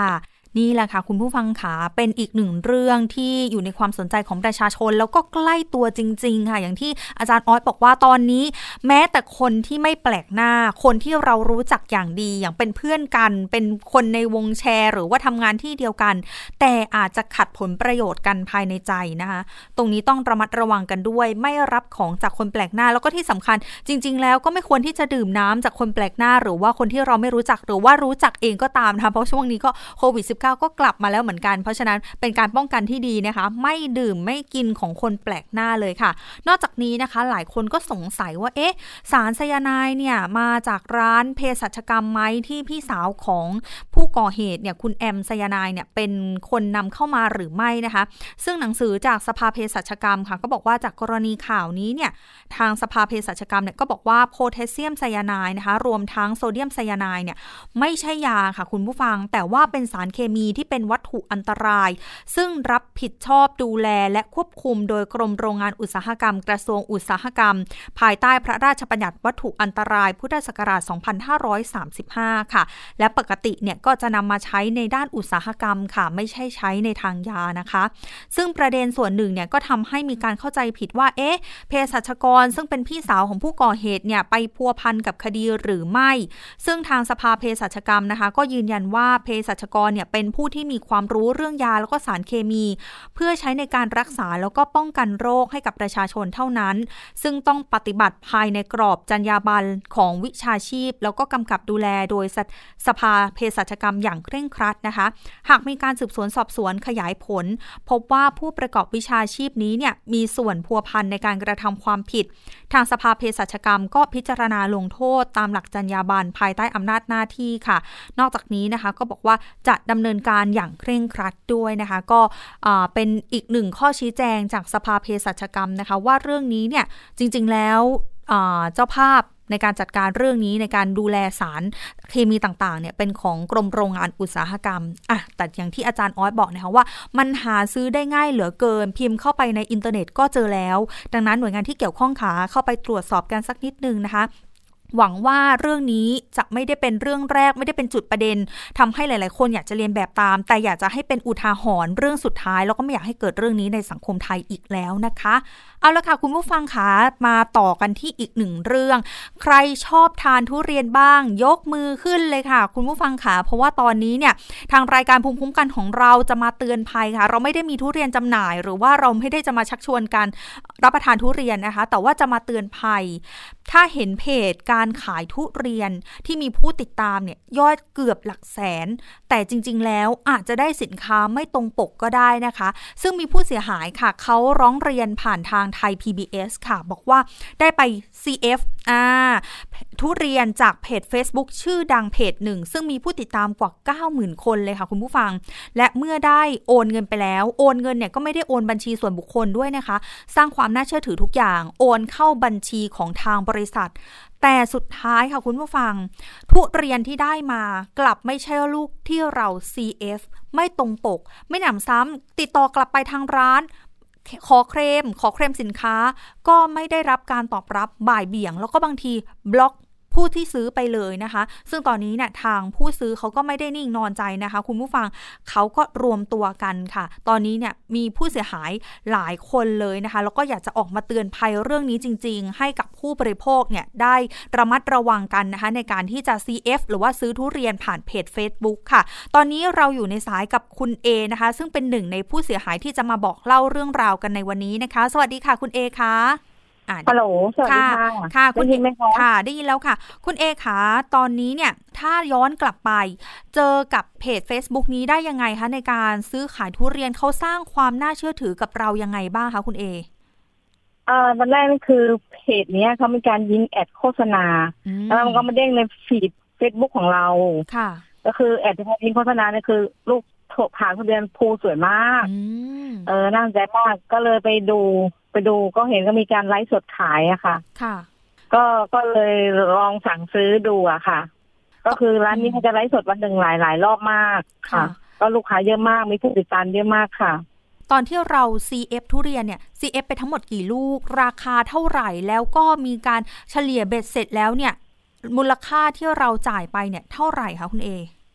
นี่แหละค่ะคุณผู้ฟังขาเป็นอีกหนึ่งเรื่องที่อยู่ในความสนใจของประชาชนแล้วก็ใกล้ตัวจริงๆค่ะอย่างที่อาจารย์ออสบอกว่าตอนนี้แม้แต่คนที่ไม่แปลกหน้าคนที่เรารู้จักอย่างดีอย่างเป็นเพื่อนกันเป็นคนในวงแชร์หรือว่าทำงานที่เดียวกันแต่อาจจะขัดผลประโยชน์กันภายในใจนะคะตรงนี้ต้องระมัดระวังกันด้วยไม่รับของจากคนแปลกหน้าแล้วก็ที่สำคัญจริงๆแล้วก็ไม่ควรที่จะดื่มน้ำจากคนแปลกหน้าหรือว่าคนที่เราไม่รู้จักหรือว่ารู้จักเองก็ตามนะคะเพราะช่วงนี้ก็โควิด สิบเก้า ก็กลับมาแล้วเหมือนกันเพราะฉะนั้นเป็นการป้องกันที่ดีนะคะไม่ดื่มไม่กินของคนแปลกหน้าเลยค่ะนอกจากนี้นะคะหลายคนก็สงสัยว่าเอ๊ะสารไซยาไนด์เนี่ยมาจากร้านเภสัชกรรมไหมที่พี่สาวของผู้ก่อเหตุเนี่ยคุณแอมไซยาไนด์เนี่ยเป็นคนนำเข้ามาหรือไม่นะคะซึ่งหนังสือจากสภาเภสัชกรรมค่ะก็บอกว่าจากกรณีข่าวนี้เนี่ยทางสภาเภสัชกรรมเนี่ยก็บอกว่าโพแทสเซียมไซยาไนด์นะคะรวมทั้งโซเดียมไซยาไนด์เนี่ยไม่ใช่ยาค่ะคุณผู้ฟังแต่ว่าเป็นสารเคมีที่เป็นวัตถุอันตรายซึ่งรับผิดชอบดูแลและควบคุมโดยกรมโรงงานอุตสาหกรรมกระทรวงอุตสาหกรรมภายใต้พระราชบัญญัติวัตถุอันตรายพุทธศักราชสองพันห้าร้อยสามสิบห้าค่ะและปกติเนี่ยก็จะนำมาใช้ในด้านอุตสาหกรรมค่ะไม่ใช่ใช้ในทางยานะคะซึ่งประเด็นส่วนหนึ่งเนี่ยก็ทำให้มีการเข้าใจผิดว่าเอ๊ะเภสัชกรซึ่งเป็นพี่สาวของผู้ก่อเหตุเนี่ยไปพัวพันกับคดีหรือไม่ซึ่งทางสภาเภสัชกรรมนะคะก็ยืนยันว่าเภสัชกรเนี่ยเป็นผู้ที่มีความรู้เรื่องยาแล้วก็สารเคมีเพื่อใช้ในการรักษาแล้วก็ป้องกันโรคให้กับประชาชนเท่านั้นซึ่งต้องปฏิบัติภายในกรอบจรรยาบรรณของวิชาชีพแล้วก็กำกับดูแลโดยสภาเภสัชกรรมอย่างเคร่งครัดนะคะหากมีการสืบสวนสอบสวนขยายผลพบว่าผู้ประกอบวิชาชีพนี้เนี่ยมีส่วนพัวพันในการกระทำความผิดทางสภาเภสัชกรรมก็พิจารณาลงโทษตามหลักจรรยาบรรณภายใต้อำนาจหน้าที่ค่ะนอกจากนี้นะคะก็บอกว่าจะดำเนินการอย่างเคร่งครัดด้วยนะคะก็เป็นอีกหนึ่งข้อชี้แจงจากสภาเภสัชกรรมนะคะว่าเรื่องนี้เนี่ยจริงๆแล้วเจ้าภาพในการจัดการเรื่องนี้ในการดูแลสารเคมีต่างๆเนี่ยเป็นของกรมโรงงานอุตสาหกรรมอ่ะแต่อย่างที่อาจารย์ออสบอกนะคะว่ามันหาซื้อได้ง่ายเหลือเกินพิมพ์เข้าไปในอินเทอร์เน็ตก็เจอแล้วดังนั้นหน่วยงานที่เกี่ยวข้องขาเข้าไปตรวจสอบกันสักนิดนึงนะคะหวังว่าเรื่องนี้จะไม่ได้เป็นเรื่องแรกไม่ได้เป็นจุดประเด็นทำให้หลายๆคนอยากจะเรียนแบบตามแต่อยากจะให้เป็นอุทาหรณ์เรื่องสุดท้ายแล้วก็ไม่อยากให้เกิดเรื่องนี้ในสังคมไทยอีกแล้วนะคะเอาละค่ะคุณผู้ฟังคะมาต่อกันที่อีกหนึ่งเรื่องใครชอบทานทุเรียนบ้างยกมือขึ้นเลยค่ะคุณผู้ฟังคะเพราะว่าตอนนี้เนี่ยทางรายการภูมิคุ้มกันของเราจะมาเตือนภัยค่ะเราไม่ได้มีทุเรียนจำหน่ายหรือว่าเราไม่ได้จะมาชักชวนกันรับประทานทุเรียนนะคะแต่ว่าจะมาเตือนภัยถ้าเห็นเพจการขายทุเรียนที่มีผู้ติดตามเนี่ยยอดเกือบหลักแสนแต่จริงๆแล้วอาจจะได้สินค้าไม่ตรงปกก็ได้นะคะซึ่งมีผู้เสียหายค่ะเขาร้องเรียนผ่านทางไทย พี บี เอส ค่ะบอกว่าได้ไป ซี เอฟ อ่าทุเรียนจากเพจ Facebook ชื่อดังเพจหนึ่งซึ่งมีผู้ติดตามกว่า เก้าหมื่น คนเลยค่ะคุณผู้ฟังและเมื่อได้โอนเงินไปแล้วโอนเงินเนี่ยก็ไม่ได้โอนบัญชีส่วนบุคคลด้วยนะคะสร้างความน่าเชื่อถือทุกอย่างโอนเข้าบัญชีของทางบริษัทแต่สุดท้ายค่ะคุณผู้ฟังทุเรียนที่ได้มากลับไม่ใช่ลูกที่เรา ซี เอฟ ไม่ตรงปกไม่หนำซ้ำติดต่อกลับไปทางร้านขอเคลมขอเคลมสินค้าก็ไม่ได้รับการตอบรับบ่ายเบี่ยงแล้วก็บางทีบล็อกผู้ที่ซื้อไปเลยนะคะซึ่งตอนนี้เนี่ยทางผู้ซื้อเขาก็ไม่ได้นิ่งนอนใจนะคะคุณผู้ฟังเขาก็รวมตัวกันค่ะตอนนี้เนี่ยมีผู้เสียหายหลายคนเลยนะคะแล้วก็อยากจะออกมาเตือนภัยเรื่องนี้จริงๆให้กับผู้บริโภคเนี่ยได้ระมัดระวังกันนะคะในการที่จะ ซี เอฟ หรือว่าซื้อทุเรียนผ่านเพจ Facebook ค่ะตอนนี้เราอยู่ในสายกับคุณเอนะคะซึ่งเป็นหนึ่งในผู้เสียหายที่จะมาบอกเล่าเรื่องราวกันในวันนี้นะคะสวัสดีค่ะคุณเอค่ะฮัลโหลสวัสดีค่ะค่ะคุณได้ยินไหมคะค่ะได้ยินแล้วค่ะคุณเอคะตอนนี้เนี่ยถ้าย้อนกลับไปเจอกับเพจ Facebook นี้ได้ยังไงคะในการซื้อขายทุเรียนเขาสร้างความน่าเชื่อถือกับเรายังไงบ้างคะคุณเออ่าวันแรกนี่คือเพจนี้เขามีการยิงแอดโฆษณาแล้วมันก็มาเด้งในฟีด Facebook ของเราค่ะก็คือแอดที่ยิงโฆษณาเนี่ยคือลูกโถผ่านทุเรียนภูสวยมากเออน่าสนใจมากก็เลยไปดูไปดูก็เห็นก็มีการไลฟ์สดขายอะค่ะค่ะก็ก็เลยลองสั่งซื้อดูอะค่ะก็คือร้านนี้เขาจะไลฟ์สดวันหนึ่งหลายหลายรอบมากค่ะก็ลูกค้าเยอะมากมีผู้ติดตามเยอะมากค่ะตอนที่เรา ซี เอฟ ทุเรียนเนี่ย ซี เอฟ ไปทั้งหมดกี่ลูกราคาเท่าไหร่แล้วก็มีการเฉลี่ยเบ็ดเสร็จแล้วเนี่ยมูลค่าที่เราจ่ายไปเนี่ยเท่าไหร่คะคุณเอ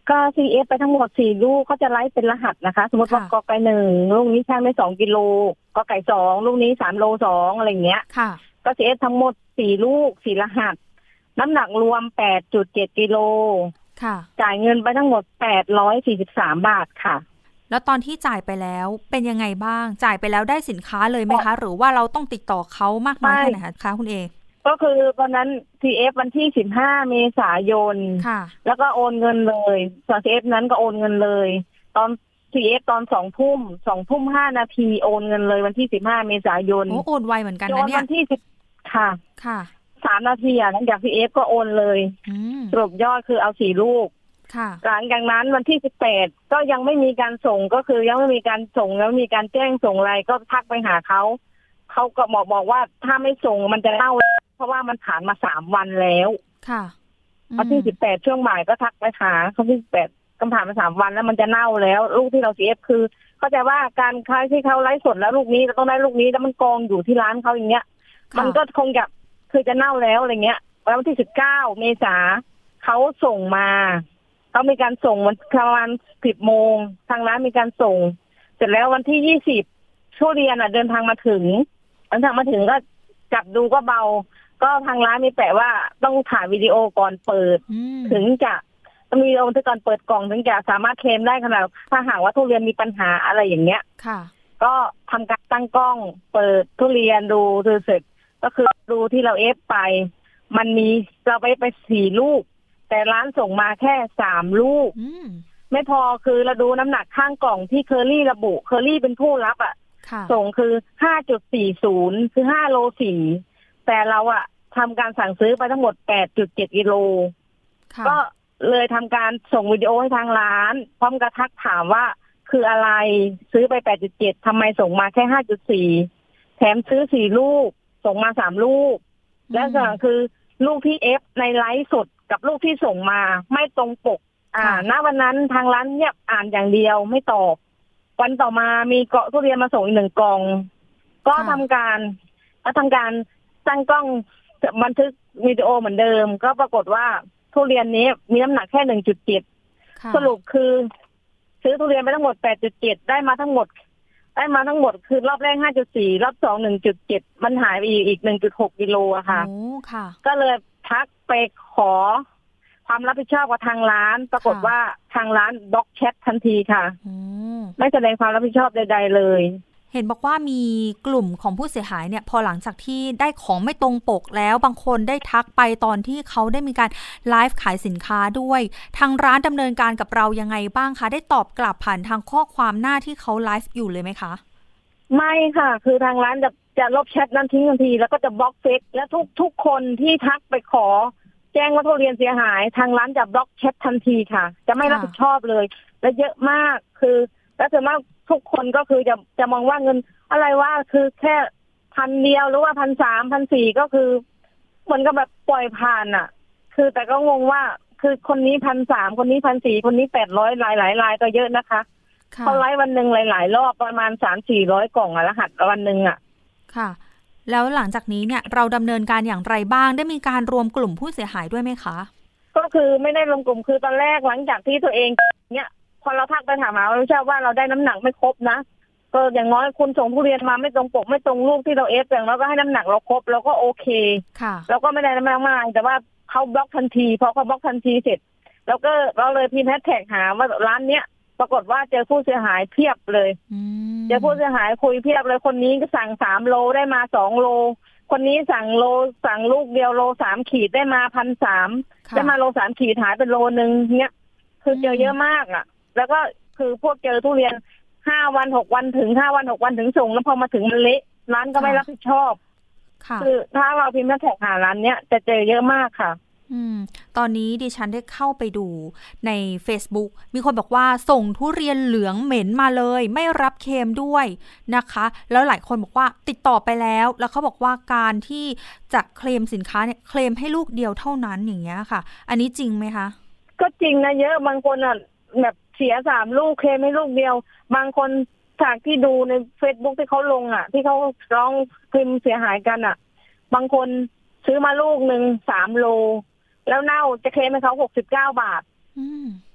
ก็ ซี เอฟ ไปทั้งหมดสี่ลูกเขาจะไลฟ์เป็นรหัสนะคะสมมติว่ากอไก่หนึ่งลูกนี้ช่างได้สองกิโลกอไก่สองลูกนี้สามโลสองอะไรอย่างเงี้ยค่ะก็ ซี เอฟ ทั้งหมดสี่ลูกสี่รหัสน้ำหนักรวม แปดจุดเจ็ด กิโลค่ะจ่ายเงินไปทั้งหมดแปดร้อยสี่สิบสามบาทค่ะแล้วตอนที่จ่ายไปแล้วเป็นยังไงบ้างจ่ายไปแล้วได้สินค้าเลยไหมคะหรือว่าเราต้องติดต่อเขามากน้อยแค่ไหนคะคุณเอก็คือตอนนั้น ซี เอฟ วันที่สิบห้าเมษายนค่ะแล้วก็โอนเงินเลยส่วน ซี เอฟ นั้นก็โอนเงินเลยตอน ซี เอฟ ตอนสองทุ่มสองทุ่มห้านาทีโอนเงินเลยวันที่สิบห้าเมษายนโอ้โอนไวเหมือนกันนะเนี่ยวันที่สิบค่ะค่ะสามนาทีอ่ะหลังจาก ซี เอฟ ก็โอนเลยสรุปยอดคือเอาสี่ลูกหลังจากนั้นวันที่สิบแปดก็ยังไม่มีการส่งก็คือยังไม่มีการส่งแล้วมีการแจ้งส่งอะไรก็ทักไปหาเขาเขาก็บอกบอกว่าถ้าไม่ส่งมันจะเน่าเพราะว่ามันผ่านมาสามวันแล้วค่ะวันที่สิบแปดช่วงบ่ายก็ทักไปหาเขาที่สิบแปดก็ผ่านมาสามวันแล้วมันจะเน่าแล้วลูกที่เรา ซี เอฟ คือเข้าใจว่าการขายที่เขาไลฟ์สดแล้วลูกนี้เราต้องได้ลูกนี้แล้วมันกองอยู่ที่ร้านเขาอย่างเงี้ยมันก็คงจะคือจะเน่าแล้วอะไรเงี้ยวันที่สิบเก้าเมษาเขาส่งมาเขามีการส่งวันประมาณสิบโมงทางร้านมีการส่งเสร็จแล้ววันที่ยี่สิบทุเรียนอ่ะเดินทางมาถึงเดินทางมาถึงก็จับดูก็เบาก็ทางร้านมีแปะว่าต้องถ่ายวิดีโอก่อนเปิดถึงจะต้องมีวิดีโอที่ก่อนเปิดกล่องถึงจะสามารถเคลมได้ขนาดถ้าหากว่าทุเรียนมีปัญหาอะไรอย่างเงี้ยค่ะก็ทำการตั้งกล้องเปิดทุเรียนดูดูเสร็จก็คือดูที่เราเอฟไปมันมีเราไปไปสี่ลูกแต่ร้านส่งมาแค่สามลูกไม่พอคือเราดูน้ำหนักข้างกล่องที่เคอรี่ระบุเคอรี่เป็นผู้รับอ่ะส่งคือ ห้าจุดสี่ศูนย์ คือห้าโลสี่แต่เราอ่ะทำการสั่งซื้อไปทั้งหมด แปดจุดเจ็ด กิโลก็เลยทำการส่งวิดีโอให้ทางร้านพร้อมกับทักถามว่าคืออะไรซื้อไป แปดจุดเจ็ด ทำไมส่งมาแค่ ห้าจุดสี่ แถมซื้อสี่ลูกส่งมาสามลูกและส่วนคือลูกที่เอฟในไลฟ์สดกับลูกที่ส่งมาไม่ตรงปกอ่าณวันนั้นทางร้านเงียบอ่านอย่างเดียวไม่ตอบวันต่อมามีเกาะทุเรียนมาส่งอีกหนึ่งกล่องก็ทำการก็ทำการตั้งกล้องบันทึกวิดีโอเหมือนเดิมก็ปรากฏว่าทุเรียนนี้มีน้ำหนักแค่ หนึ่งจุดเจ็ด สรุปคือซื้อทุเรียนไปทั้งหมด แปดจุดเจ็ด ได้มาทั้งหมดได้มาทั้งหมดคือรอบแรก ห้าจุดสี่ รอบสอง หนึ่งจุดเจ็ด มันหายไปอีก หนึ่งจุดหก กิโลอะค่ะโอ้ค่ะก็เลยทักไปขอความรับผิดชอบกับทางร้านปรากฏว่าทางร้านบล็อกแชททันทีค่ะไม่แสดงความรับผิดชอบใดๆเลยเห็นบอกว่ามีกลุ่มของผู้เสียหายเนี่ยพอหลังจากที่ได้ของไม่ตรงปกแล้วบางคนได้ทักไปตอนที่เขาได้มีการไลฟ์ขายสินค้าด้วยทางร้านดำเนินการกับเรายังไงบ้างคะได้ตอบกลับผ่านทางข้อความหน้าที่เขาไลฟ์อยู่เลยไหมคะไม่ค่ะคือทางร้านจะจะลบแชทนั้นทิ้งทันทีแล้วก็จะบล็อกเฟซและทุกทุกคนที่ทักไปขอแจ้งว่าทุเรียนเสียหายทางร้านจะบล็อกแชททันทีค่ะจะไม่รับผิดชอบเลยและเยอะมากคือและส่วนมากทุกคนก็คือจะจะมองว่าเงินอะไรว่าคือแค่พันเดียวหรือว่าพันสามพันสี่ก็คือเหมือนกับแบบปล่อยผ่านอ่ะคือแต่ก็งงว่าคือคนนี้พันสามคนนี้พันสี่คนนี้แปดร้อยหลายหลายรายก็เยอะนะคะเขาไลฟ์วันหนึ่งหลายๆรอบประมาณสามสี่ร้อยกล่องอะรหัสวันหนึ่งอ่ะค่ะแล้วหลังจากนี้เนี่ยเราดำเนินการอย่างไรบ้างได้มีการรวมกลุ่มผู้เสียหายด้วยไหมคะก็คือไม่ได้รวมกลุ่มคือตอนแรกหลังจากที่ตัวเองเนี่ยพอเราทักไปถามหาเราทราบว่าเราได้น้ำหนักไม่ครบนะก็อย่างน้อยคุณส่งทุเรียนมาไม่ตรงปกไม่ตรงลูกที่เราเอฟอย่างเราก็ให้น้ำหนักเราครบเราก็โอเคค่ะเราก็ไม่ได้น้ำหนักมากแต่ว่าเขาบล็อกทันทีพอเขาบล็อกทันทีเสร็จเราก็เราเลยพิมพ์แฮชแท็กหาว่าร้านเนี้ยปรากฏว่าเจอผู้เสียหายเพียบเลยเจอผู้เสียหายคุยเพียบเลยคนนี้ก็สั่งสามโลได้มาสองโลคนนี้สั่งโลสั่งลูกเดียวโลสามขีดได้มาพันสามได้มาโลสามขีดหายเป็นโลนึงเนี้ยคือเจอเยอะมากอ่ะแล้วก็คือพวกเจอทุเรียนห้าวันหกวันถึงห้าวันหกวันถึงส่งแล้วพอมาถึงมันเละร้านก็ไม่รับผิดชอบคือถ้าเราพิมพ์แท็กหาร้านเนี้ยจะเจอเยอะมากค่ะอืมตอนนี้ดิฉันได้เข้าไปดูใน Facebook มีคนบอกว่าส่งทุเรียนเหลืองเหม็นมาเลยไม่รับเคลมด้วยนะคะแล้วหลายคนบอกว่าติดต่อไปแล้วแล้วเขาบอกว่าการที่จะเคลมสินค้าเนี่ยเคลมให้ลูกเดียวเท่านั้นอย่างเงี้ยค่ะอันนี้จริงไหมคะก็จริงนะเยอะบางคนอ่ะแบบเสียสามลูกเคลมให้ลูกเดียวบางคนจากที่ดูใน Facebook ที่เขาลงอ่ะที่เขาร้องพิมพ์เสียหายกันอ่ะบางคนซื้อมาลูกนึงสามโลแล้วเน่าจะเคลมให้เขาหกสิบเก้าบาท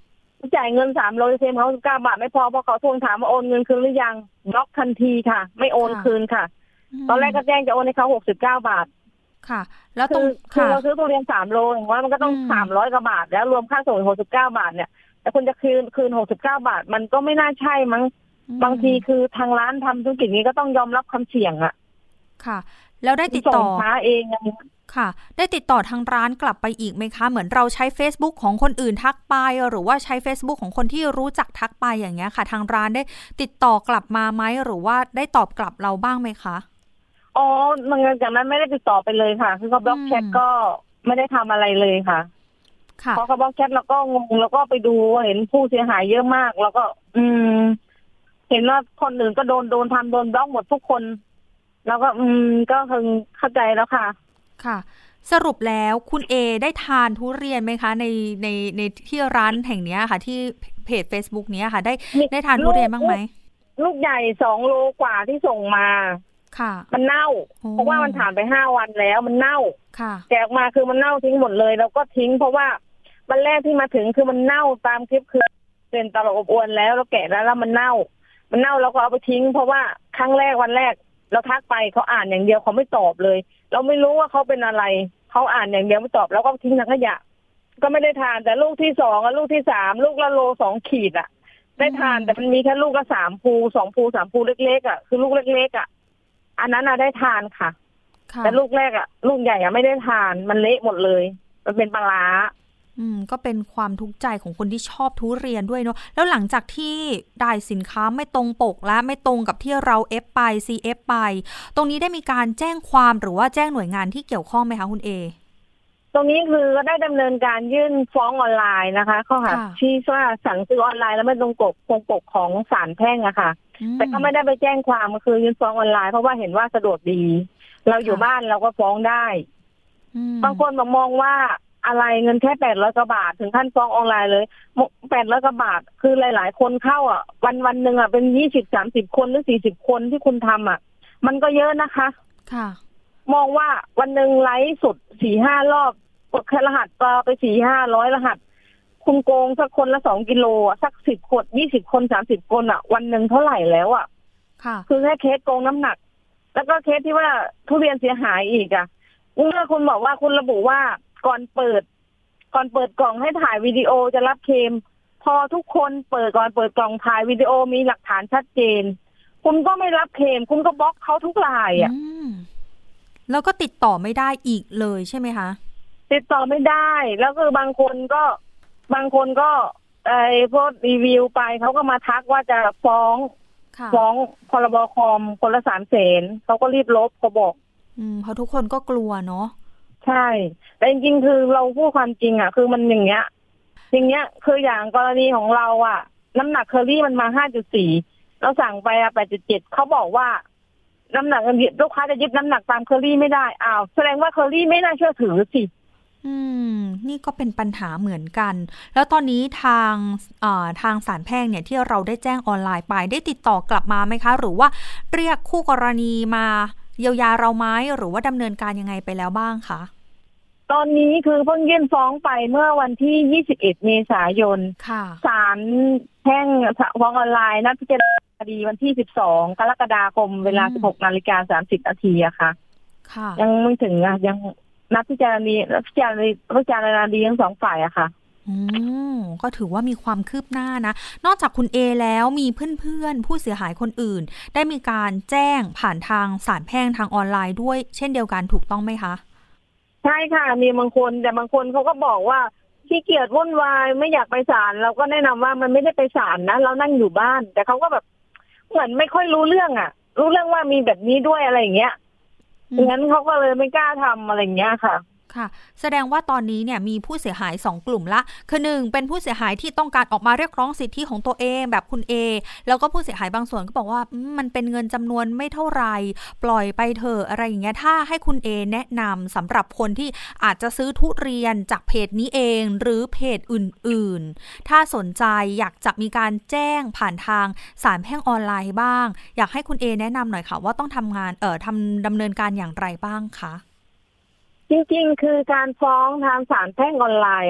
จ่ายเงินสามร้อยเซมเขาสิบเก้าบาทไม่พอพอเขาทวงถามว่าโอนเงินคืนหรือยังบล็อกทันทีค่ะไม่โอนคืนค่ะตอนแรกก็แจ้งจะโอนให้เขาหกสิบเก้าบาทค่ะแล้วตรงคือเราซื้อทุเรียนสามโลอย่างว่ามันก็ต้องสามร้อยกว่าบาทแล้วรวมค่าส่งหกสิบเก้าบาทเนี่ยแต่คุณจะคืนคืนหกสิบเก้าบาทมันก็ไม่น่าใช่มั้งบางทีคือทางร้านทำธุรกิจนี้ก็ต้องยอมรับความเสี่ยงอ่ะค่ะแล้วได้ติดต่อช้าเองค่ะได้ติดต่อทางร้านกลับไปอีกไหมคะเหมือนเราใช้ Facebook ของคนอื่นทักไปหรือว่าใช้ Facebook ของคนที่รู้จักทักไปอย่างเงี้ยค่ะทางร้านได้ติดต่อกลับมาไหมหรือว่าได้ตอบกลับเราบ้างไหมคะอ๋อมันจากนั้นไม่ได้ติดต่อไปเลยค่ะคือเขาบล็อกแชทก็ไม่ได้ทำอะไรเลยค่ะเพราะเขาบล็อกแชทแล้วก็งงแล้วก็ไปดูเห็นผู้เสียหายเยอะมากแล้วก็อืมเห็นว่าคนอื่นก็โดนโดนทำโดนบล็อกหมดทุกคนแล้วก็อืมก็คงเข้าใจแล้วค่ะค่ะสรุปแล้วคุณเอได้ทานทุเรียนไหมคะในในในที่ร้านแห่งนี้ค่ะที่เพจ Facebook นี้ค่ะได้ได้ทานทุเรียนบ้างไหมลูกใหญ่สองโลกว่าที่ส่งมาค่ะมันเน่าเพราะว่ามันผ่านไปห้าวันแล้วมันเน่าค่ะแกะออกมาคือมันเน่าทิ้งหมดเลยแล้วก็ทิ้งเพราะว่าวันแรกที่มาถึงคือมันเน่าตามคลิปคือเป็นตลบอบอวนแล้วเราแกะแล้วแล้วมันเน่ามันเน่าเราก็เอาไปทิ้งเพราะว่าครั้งแรกวันแรกเราทักไปเขาอ่านอย่างเดียวเขาไม่ตอบเลยเราไม่รู้ว่าเขาเป็นอะไรเขาอ่านอย่างเดียวไม่ตอบแล้วก็ทิ้งถังขยะก็ไม่ได้ทานแต่ลูกที่สองกับลูกที่สามลูกละโลสองขีดอ่ะได้ทานแต่มันมีแค่ลูกละสามภูสองภูสามภูเล็กๆอ่ะคือลูกเล็กๆอ่ะอันนั้นน่ะได้ทานค่ะแต่ลูกแรกอ่ะลูกใหญ่อ่ะไม่ได้ทานมันเละหมดเลยมันเป็นปลาร้าอืมก็เป็นความทุกข์ใจของคนที่ชอบทุเรียนด้วยเนาะแล้วหลังจากที่ได้สินค้าไม่ตรงปกและไม่ตรงกับที่เราเอฟไป ซี เอฟ ไปตรงนี้ได้มีการแจ้งความหรือว่าแจ้งหน่วยงานที่เกี่ยวข้องไหมคะคุณเอตรงนี้คือก็ได้ดำเนินการยื่นฟ้องออนไลน์นะคะข้อหาที่ว่าสั่งซื้อออนไลน์แล้วไม่ตรงปกตรงปกของศาลแพ่งอะค่ะแต่ก็ไม่ได้ไปแจ้งความก็คือยื่นฟ้องออนไลน์เพราะว่าเห็นว่าสะดวกดีเราอยู่บ้านเราก็ฟ้องได้บางคนมองว่าอะไรเงินแค่แปดร้อยกว่าบาทถึงขั้นฟ้องออนไลน์เลยแปดร้อยกว่าบาทคือหลายๆคนเข้าอ่ะวันวันหนึ่งอ่ะเป็นยี่สิบสามสิบคนหรือสี่สิบคนที่คุณทำอ่ะมันก็เยอะนะคะค่ะมองว่าวันหนึ่งไลฟ์สุดสี่ห้ารอบกดแค่รหัสก็ไปสี่ห้าร้อยรหัสคุณโกงสักคนละสองกิโลอ่ะสักสิบขวดยี่สิบคนสามสิบคนอ่ะวันหนึ่งเท่าไหร่แล้วอ่ะค่ะคือแค่เคสโกงน้ำหนักแล้วก็เคสที่ว่าทุเรียนเสียหายอีกอ่ะเมื่อคุณบอกว่าคุณระบุว่าก่อนเปิดก่อนเปิดกล่องให้ถ่ายวิดีโอจะรับเคมพอทุกคนเปิดก่อนเปิดกล่องถ่ายวิดีโอมีหลักฐานชัดเจนคุณก็ไม่รับเคมคุณก็บล็อกเขาทุกรายอ่ะแล้วก็ติดต่อไม่ได้อีกเลยใช่ไหมคะติดต่อไม่ได้แล้วคือบางคนก็บางคนก็ไอ้พวกรีวิวไปเขาก็มาทักว่าจะฟ้องฟ้องพรบคอมคนละสามแสนเขาก็รีบลบเขาบอกอืมเพราะทุกคนก็กลัวเนาะใช่แต่จริงๆคือเราพูดความจริงอ่ะคือมันอย่างเงี้ยอย่างเงี้ยคืออย่างกรณีของเราอ่ะน้ำหนักเคอรี่มันมา ห้าจุดสี่ เราสั่งไปอ่ะ แปดจุดเจ็ด เขาบอกว่าน้ำหนักลูกค้าจะยึดน้ำหนักตามเคอรี่ไม่ได้อ้าวแสดงว่าเคอรี่ไม่น่าเชื่อถือสิอืมนี่ก็เป็นปัญหาเหมือนกันแล้วตอนนี้ทางเอ่อทางศาลแพ่งเนี่ยที่เราได้แจ้งออนไลน์ไปได้ติดต่อกลับมาไหมคะหรือว่าเรียกคู่กรณีมาเยียวยาเราไหมหรือว่าดำเนินการยังไงไปแล้วบ้างคะตอนนี้คือเพิ่งยื่นฟ้องไปเมื่อวันที่ยี่สิบเอ็ดเมษายนศาลแพ่งฟ้องออนไลน์นัดพิจารณาคดีวันที่สิบสองกรกฎาคมเวลา สิบหกนาฬิกาสามสิบนาทีอะค่ะยังไม่ถึงอะยังนัดพิจารณาพิจารณาพิจารณาดีทั้งสองฝ่ายอะค่ะอืมก็ถือว่ามีความคืบหน้านะนอกจากคุณเอแล้วมีเพื่อนๆผู้เสียหายคนอื่นได้มีการแจ้งผ่านทางศาลแพ่งทางออนไลน์ด้วยเช่นเดียวกันถูกต้องไหมคะใช่ค่ะมีบางคนแต่บางคนเขาก็บอกว่าขี้เกียจวุ่นวายไม่อยากไปศาลเราก็แนะนำว่ามันไม่ได้ไปศาลนะเรานั่งอยู่บ้านแต่เขาก็แบบเหมือนไม่ค่อยรู้เรื่องอ่ะรู้เรื่องว่ามีแบบนี้ด้วยอะไรอย่างเงี้ยงั้นเขาก็เลยไม่กล้าทำอะไรอย่างเงี้ยค่ะค่ะแสดงว่าตอนนี้เนี่ยมีผู้เสียหายสองกลุ่มละคือหนึ่งเป็นผู้เสียหายที่ต้องการออกมาเรียกร้องสิทธิของตัวเองแบบคุณเอแล้วก็ผู้เสียหายบางส่วนก็บอกว่ามันเป็นเงินจำนวนไม่เท่าไหร่ปล่อยไปเถอะอะไรอย่างเงี้ยถ้าให้คุณเอแนะนำสำหรับคนที่อาจจะซื้อทุเรียนจากเพจนี้เองหรือเพจอื่นๆถ้าสนใจอยากจะมีการแจ้งผ่านทางศาลแพ่งออนไลน์บ้างอยากให้คุณเอแนะนำหน่อยค่ะว่าต้องทำงานเอ่อทำดำเนินการอย่างไรบ้างคะจริงๆคือการฟ้องทางศาลแพ่งออนไลน์อ่ะ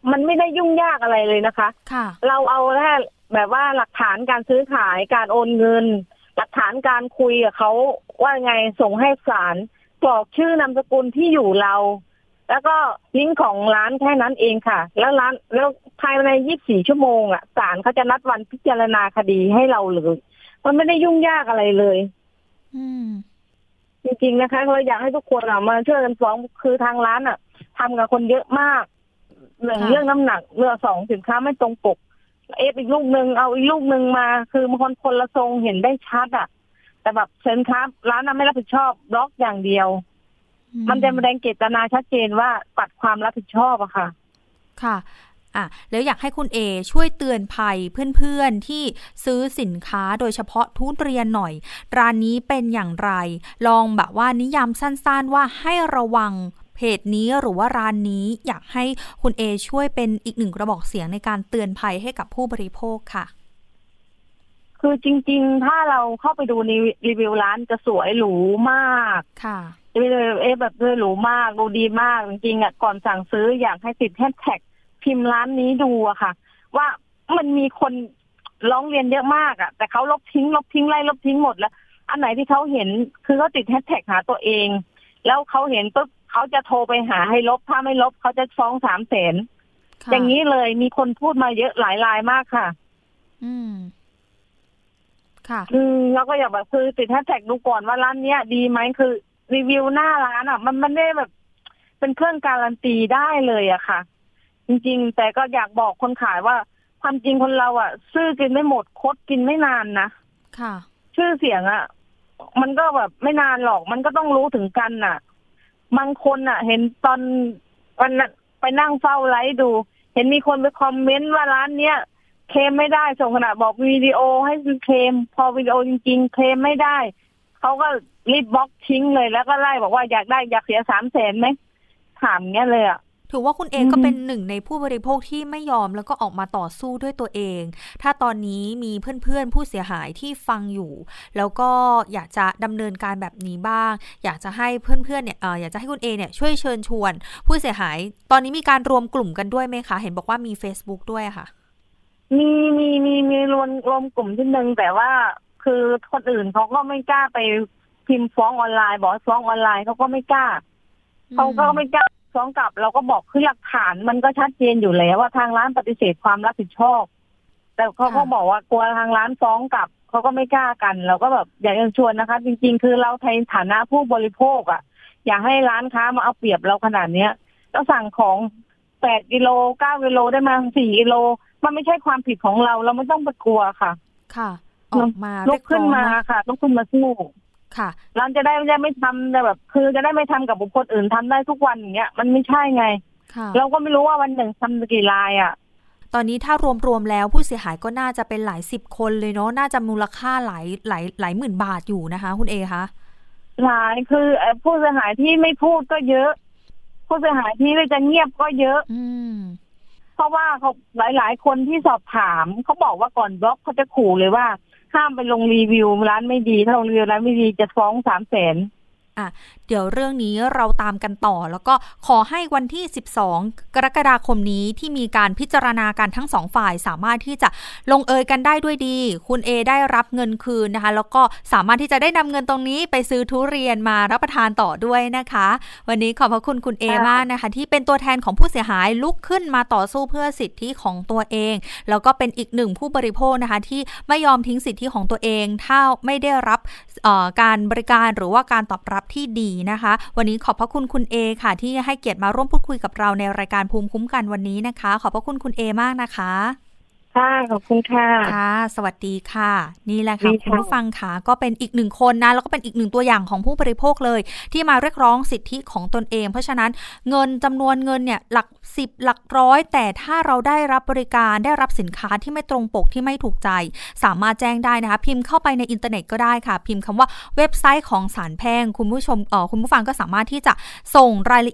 มันไม่ได้ยุ่งยากอะไรเลยนะคะค่ะเราเอาแค่แบบว่าหลักฐานการซื้อขายการโอนเงินหลักฐานการคุยกับเขาว่าไงส่งให้ศาลกรอกชื่อนามสกุลที่อยู่เราแล้วก็ลิงก์ของร้านแค่นั้นเองค่ะแล้วร้านแล้วภายในยี่สิบสี่ชั่วโมงอ่ะศาลเขาจะนัดวันพิจารณาคดีให้เราเลยมันไม่ได้ยุ่งยากอะไรเลยอืมจริงๆนะคะเราอยากให้ทุกคนอ่ะมาช่วยกันฟ้องคือทางร้านอ่ะทำกับคนเยอะมากหนึ่งเรื่องน้ำหนักเรื่องสองสินค้าไม่ตรงปกเอฟอีกลูกนึงเอาอีกลูกนึงมาคือบางคนคนละทรงเห็นได้ชัดอ่ะแต่แบบสินค้าร้านนั้นไม่รับผิดชอบบล็อกอย่างเดียวมันจะแสดงเจตนาชัดเจนว่าปัดความรับผิดชอบอะค่ะค่ะอ่ะแล้วอยากให้คุณเอช่วยเตือนภัยเพื่อนๆที่ซื้อสินค้าโดยเฉพาะทุเรียนหน่อยร้านนี้เป็นอย่างไรลองแบบว่านิยามสั้นๆว่าให้ระวังเพจนี้หรือว่าร้านนี้อยากให้คุณเอช่วยเป็นอีกหนึ่งกระบอกเสียงในการเตือนภัยให้กับผู้บริโภคค่ะคือจริงๆถ้าเราเข้าไปดูในรีวิวร้านจะสวยหรูมากค่ะรีวิวเอแบบหรูมากดูดีมากจริงๆอ่ะก่อนสั่งซื้ออยากให้ติดแฮชแท็กพิมพ์ร้านนี้ดูอะค่ะว่ามันมีคนร้องเรียนเยอะมากอะแต่เขาลบทิ้งลบทิ้งไล่ลบทิ้งหมดแล้วอันไหนที่เขาเห็นคือเขาติดแฮชแท็กหาตัวเองแล้วเขาเห็นปุ๊บเขาจะโทรไปหาให้ลบถ้าไม่ลบเขาจะฟ้องสามแสนอย่างนี้เลยมีคนพูดมาเยอะหลายรายมากค่ะอืมค่ะอืมแล้วก็อยากแบบคือติดแฮชแท็กดูก่อนว่าร้านเนี้ยดีไหมคือรีวิวหน้าร้านอะมันมันได้แบบเป็นเครื่องการันตีได้เลยอะค่ะจริงๆแต่ก็อยากบอกคนขายว่าความจริงคนเราอ่ะซื้อกินไม่หมดคดกินไม่นานนะค่ะชื่อเสียงอ่ะมันก็แบบไม่นานหรอกมันก็ต้องรู้ถึงกันน่ะบางคนอ่ะเห็นตอนวันนั้นไปนั่งเฝ้าไลฟ์ดูเห็นมีคนไปคอมเมนต์ว่าร้านเนี้ยเคลมไม่ได้ส่งขนาดบอกวิดีโอให้เคลมพอวิดีโอจริงๆเคลมไม่ได้เขาก็รีบบล็อกทิ้งเลยแล้วก็ไล่บอกว่าอยากได้อยากเสียสามแสนไหมถามเงี้ยเลยอ่ะถือว่าคุณเองก็เป็นหนึ่งในผู้บริโภคที่ไม่ยอมแล้วก็ออกมาต่อสู้ด้วยตัวเองถ้าตอนนี้มีเพื่อนๆผู้เสียหายที่ฟังอยู่แล้วก็อยากจะดำเนินการแบบนี้บ้างอยากจะให้เพื่อนๆเนี่ยเอออยากจะให้คุณเอเนี่ยช่วยเชิญชวนผู้เสียหายตอนนี้มีการรวมกลุ่มกันด้วยไหมคะเห็นบอกว่ามี Facebook ด้วยค่ะมีมีมีมีรวมรวมกลุ่มที่นึงแต่ว่าคือคนอื่นเขาก็ไม่กล้าไปพิมพ์ฟ้องออนไลน์บอกฟ้องออนไลน์เขาก็ไม่กล้าเขาก็ไม่กล้าฟ้องกลับเราก็บอกคือหลักฐานมันก็ชัดเจนอยู่แล้วว่าทางร้านปฏิเสธความรับผิดชอบแต่เขาก็บอกว่ากลัวทางร้านฟ้องกลับเขาก็ไม่กล้ากันเราก็แบบอยากจะชวนนะคะจริงๆคือเราในฐานะผู้บริโภคอ่ะอยากให้ร้านค้ามาเอาเปรียบเราขนาดเนี้ยก็สั่งของแปดกิโลเก้ากิโลได้มาสี่กิโลมันไม่ใช่ความผิดของเราเราไม่ต้องไปกลัวค่ะค่ะออกมาลุกขึ้นมาค่ะต้องขึ้นมาสู้ค่ะร้านจะได้จะไม่ทำแต่แบบคือจะได้ไม่ทำกับบุคคลอื่นทำได้ทุกวันอย่างเงี้ยมันไม่ใช่ไงเราก็ไม่รู้ว่าวันหนึ่งทำกี่รายอ่ะตอนนี้ถ้ารวมๆแล้วผู้เสียหายก็น่าจะเป็นหลายสิบคนเลยเนาะน่าจะมูลค่าหลายหลายหลายหมื่นบาทอยู่นะคะคุณเอคะหลายคือผู้เสียหายที่ไม่พูดก็เยอะผู้เสียหายที่จะเงียบก็เยอะอืมเพราะว่าเขาหลายๆคนที่สอบถามเขาบอกว่าก่อนบล็อกเขาจะขู่เลยว่าห้ามไปลงรีวิวร้านไม่ดีถ้าลงรีวิวร้านไม่ดีจะฟ้องสามแสนอ่ะเดี๋ยวเรื่องนี้เราตามกันต่อแล้วก็ขอให้วันที่สิบสองกรกฎาคมนี้ที่มีการพิจารณาการทั้งสองฝ่ายสามารถที่จะลงเอยกันได้ด้วยดีคุณเอได้รับเงินคืนนะคะแล้วก็สามารถที่จะได้นำเงินตรงนี้ไปซื้อทุเรียนมารับประทานต่อด้วยนะคะวันนี้ขอบพระคุณคุณเอมากนะคะที่เป็นตัวแทนของผู้เสียหายลุกขึ้นมาต่อสู้เพื่อสิทธิของตัวเองแล้วก็เป็นอีกหนึ่งผู้บริโภคนะคะที่ไม่ยอมทิ้งสิทธิของตัวเองถ้าไม่ได้รับการบริการหรือว่าการตอบรับที่ดีนะคะวันนี้ขอบพระคุณคุณเอค่ะที่ให้เกียรติมาร่วมพูดคุยกับเราในรายการภูมิคุ้มกันวันนี้นะคะขอบพระคุณคุณเอมากนะคะค่ะขอบคุณค่ะค่ะสวัสดีค่ะนี่แหละค่ะคุณผู้ฟังค่ะก็เป็นอีกหนึ่งคนนะแล้วก็เป็นอีกหนึ่งตัวอย่างของผู้บริโภคเลยที่มาเรียกร้องสิทธิของตนเองเพราะฉะนั้นเงินจำนวนเงินเนี่ยหลักสิบหลักร้อยแต่ถ้าเราได้รับบริการได้รับสินค้าที่ไม่ตรงปกที่ไม่ถูกใจสามารถแจ้งได้นะคะพิมพ์เข้าไปในอินเทอร์เน็ตก็ได้ค่ะพิมพ์คำว่าเว็บไซต์ของศาลแพ่งคุณผู้ชมเอ่อคุณผู้ฟังก็สามารถที่จะส่งรายละเอียด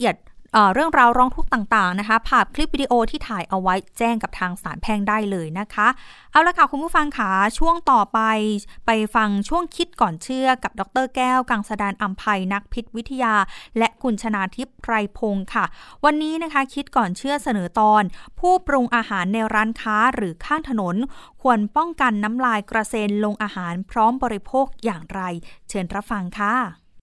เอ่อเรื่องราวร้องทุกข์ต่างๆนะคะภาพคลิปวิดีโอที่ถ่ายเอาไว้แจ้งกับทางศาลแพ่งได้เลยนะคะเอาละค่ะคุณผู้ฟังค่ะช่วงต่อไปไปฟังช่วงคิดก่อนเชื่อกับดร.แก้วกังสดาลอำไพนักพิษวิทยาและคุณชนาทิพย์ไพรพงศ์ค่ะวันนี้นะคะคิดก่อนเชื่อเสนอตอนผู้ปรุงอาหารในร้านค้าหรือข้างถนนควรป้องกันน้ำลายกระเซ็นลงอาหารพร้อมบริโภคอย่างไรเชิญรับฟังค่ะ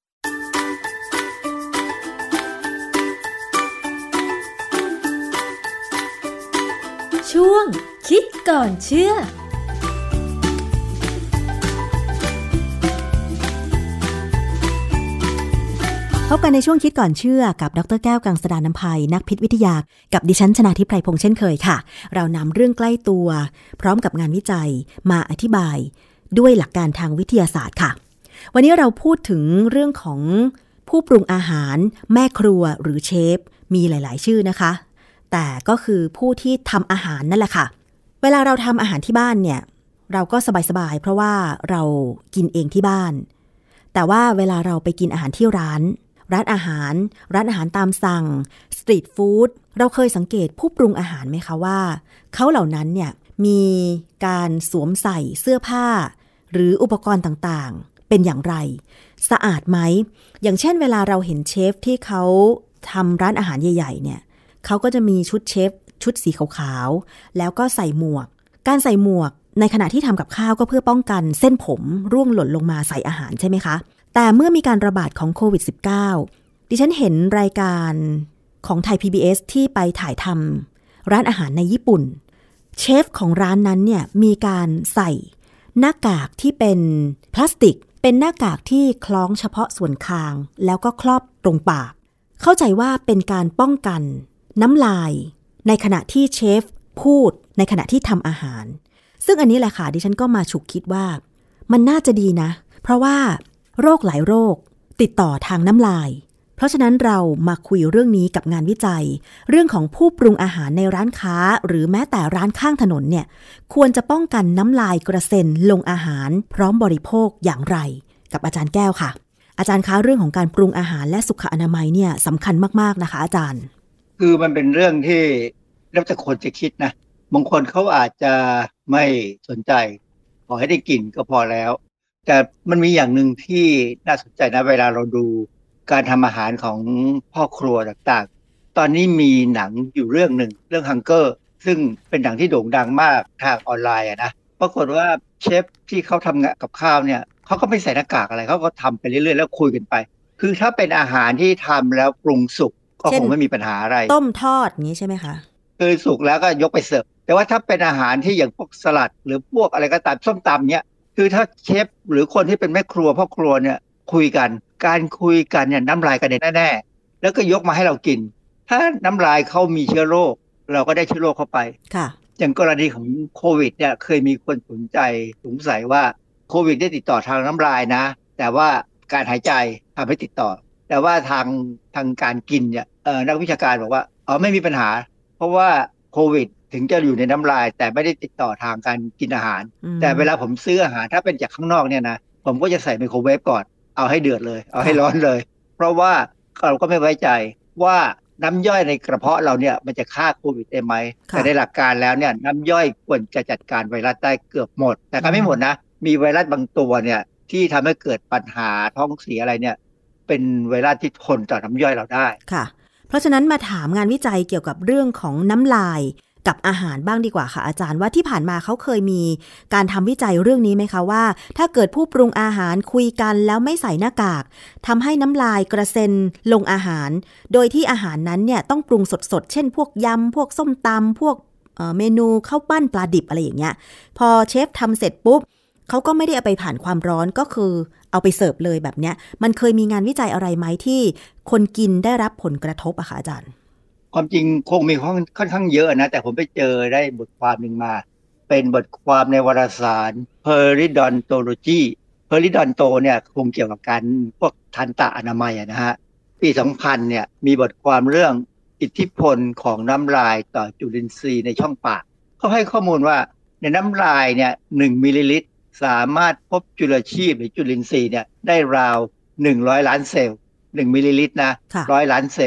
ช่วงคิดก่อนเชื่อพบกันในช่วงคิดก่อนเชื่อกับดร.แก้วกังสดาลอำไพนักพิษวิทยากับดิฉันชนาทิพย์ไพรพงษ์เช่นเคยค่ะเรานำเรื่องใกล้ตัวพร้อมกับงานวิจัยมาอธิบายด้วยหลักการทางวิทยาศาสตร์ค่ะวันนี้เราพูดถึงเรื่องของผู้ปรุงอาหารแม่ครัวหรือเชฟมีหลายๆชื่อนะคะแต่ก็คือผู้ที่ทำอาหารนั่นแหละค่ะเวลาเราทำอาหารที่บ้านเนี่ยเราก็สบายๆเพราะว่าเรากินเองที่บ้านแต่ว่าเวลาเราไปกินอาหารที่ร้านร้านอาหารร้านอาหารตามสั่งสตรีทฟู้ดเราเคยสังเกตผู้ปรุงอาหารไหมคะว่าเขาเหล่านั้นเนี่ยมีการสวมใส่เสื้อผ้าหรืออุปกรณ์ต่างๆเป็นอย่างไรสะอาดไหมอย่างเช่นเวลาเราเห็นเชฟที่เขาทำร้านอาหารใหญ่ๆเนี่ยเขาก็จะมีชุดเชฟชุดสีขาวๆแล้วก็ใส่หมวกการใส่หมวกในขณะที่ทำกับข้าวก็เพื่อป้องกันเส้นผมร่วงหล่นลงมาใส่อาหารใช่ไหมคะแต่เมื่อมีการระบาดของโควิด สิบเก้า ดิฉันเห็นรายการของไทย พี บี เอส ที่ไปถ่ายทำร้านอาหารในญี่ปุ่นเชฟของร้านนั้นเนี่ยมีการใส่หน้ากากที่เป็นพลาสติกเป็นหน้ากากที่คล้องเฉพาะส่วนคางแล้วก็ครอบตรงปากเข้าใจว่าเป็นการป้องกันน้ำลายในขณะที่เชฟพูดในขณะที่ทำอาหารซึ่งอันนี้แหละค่ะดิฉันก็มาฉุกคิดว่ามันน่าจะดีนะเพราะว่าโรคหลายโรคติดต่อทางน้ำลายเพราะฉะนั้นเรามาคุยเรื่องนี้กับงานวิจัยเรื่องของผู้ปรุงอาหารในร้านค้าหรือแม้แต่ร้านข้างถนนเนี่ยควรจะป้องกันน้ำลายกระเซ็นลงอาหารพร้อมบริโภคอย่างไรกับอาจารย์แก้วค่ะอาจารย์คะเรื่องของการปรุงอาหารและสุขอนามัยเนี่ยสำคัญมากๆนะคะอาจารย์คือมันเป็นเรื่องที่แล้วแต่คนจะคิดนะบางคนเขาอาจจะไม่สนใจขอให้ได้กินก็พอแล้วแต่มันมีอย่างหนึ่งที่น่าสนใจนะเวลาเราดูการทำอาหารของพ่อครัวต่างๆตอนนี้มีหนังอยู่เรื่องหนึ่งเรื่อง Hunger ซึ่งเป็นหนังที่โด่งดังมากทางออนไลน์นะปรากฏว่าเชฟที่เขาทำงานกับข้าวเนี่ยเขาก็ไม่ใส่หน้ากากอะไรเขาก็ทำไปเรื่อยๆแล้วคุยกันไปคือถ้าเป็นอาหารที่ทำแล้วปรุงสุกก็คงไม่มีปัญหาอะไรต้มทอดอย่างนี้ใช่ไหมคะคือสุกแล้วก็ยกไปเสิร์ฟแต่ว่าถ้าเป็นอาหารที่อย่างพวกสลัดหรือพวกอะไรก็ตามส้มตำเนี้ยคือถ้าเชฟหรือคนที่เป็นแม่ครัวพ่อครัวเนี่ยคุยกันการคุยกันเนี่ยน้ำลายกระเด็นแน่ๆแล้วก็ยกมาให้เรากินถ้าน้ำลายเขามีเชื้อโรคเราก็ได้เชื้อโรคเข้าไปค่ะอย่างกรณีของโควิดเนี่ยเคยมีคนสนใจสงสัยว่าโควิดได้ติดต่อทางน้ำลายนะแต่ว่าการหายใจทำให้ติดต่อแต่ว่าทางทางการกินเนี่ยเอ่อนักวิชาการบอกว่าอ๋อไม่มีปัญหาเพราะว่าโควิดถึงจะอยู่ในน้ำลายแต่ไม่ได้ติดต่อทางการกินอาหารแต่เวลาผมซื้ออาหารถ้าเป็นจากข้างนอกเนี่ยนะผมก็จะใส่ไมโครเวฟก่อนเอาให้เดือดเลยเอาให้ร้อนเลยเพราะว่าเราก็ไม่ไว้ใจว่าน้ำย่อยในกระเพาะเราเนี่ยมันจะฆ่าโควิดได้ไหมแต่ในหลักการแล้วเนี่ยน้ำย่อยควรจะจัดการไวรัสได้เกือบหมดแต่ก็ไม่หมดนะมีไวรัสบางตัวเนี่ยที่ทำให้เกิดปัญหาท้องเสียอะไรเนี่ยเป็นไวรัสที่ทนต่อน้ำย่อยเราได้ค่ะเพราะฉะนั้นมาถามงานวิจัยเกี่ยวกับเรื่องของน้ำลายกับอาหารบ้างดีกว่าค่ะอาจารย์ว่าที่ผ่านมาเขาเคยมีการทำวิจัยเรื่องนี้ไหมคะว่าถ้าเกิดผู้ปรุงอาหารคุยกันแล้วไม่ใส่หน้ากากทำให้น้ำลายกระเซ็นลงอาหารโดยที่อาหารนั้นเนี่ยต้องปรุงสดๆเช่นพวกยำพวกส้มตำพวกเอ่อเมนูข้าวปั้นปลาดิบอะไรอย่างเงี้ยพอเชฟทำเสร็จปุ๊บเขาก็ไม่ได้เอาไปผ่านความร้อนก็คือเอาไปเสิร์ฟเลยแบบเนี้ยมันเคยมีงานวิจัยอะไรไหมที่คนกินได้รับผลกระทบอะคะอาจารย์ความจริงคงมีค่อนข้างเยอะนะแต่ผมไปเจอได้บทความหนึ่งมาเป็นบทความในวารสาร Periodontology Periodonto เนี่ยคงเกี่ยวกับการพวกทันตอนามัยนะฮะปีสองพันเนี่ยมีบทความเรื่องอิทธิพลของน้ำลายต่อจุลินทรีย์ในช่องปากเขาให้ข้อมูลว่าในน้ำลายเนี่ยหนึ่งมิลลิลิตรสามารถพบจุลชีพหรือจุลินทรีย์เนี่ยได้ราวหนึ่งร้อยล้านเซลล์หนึ่งมิลลิลิตรนะหนึ่งร้อยล้านเซลล์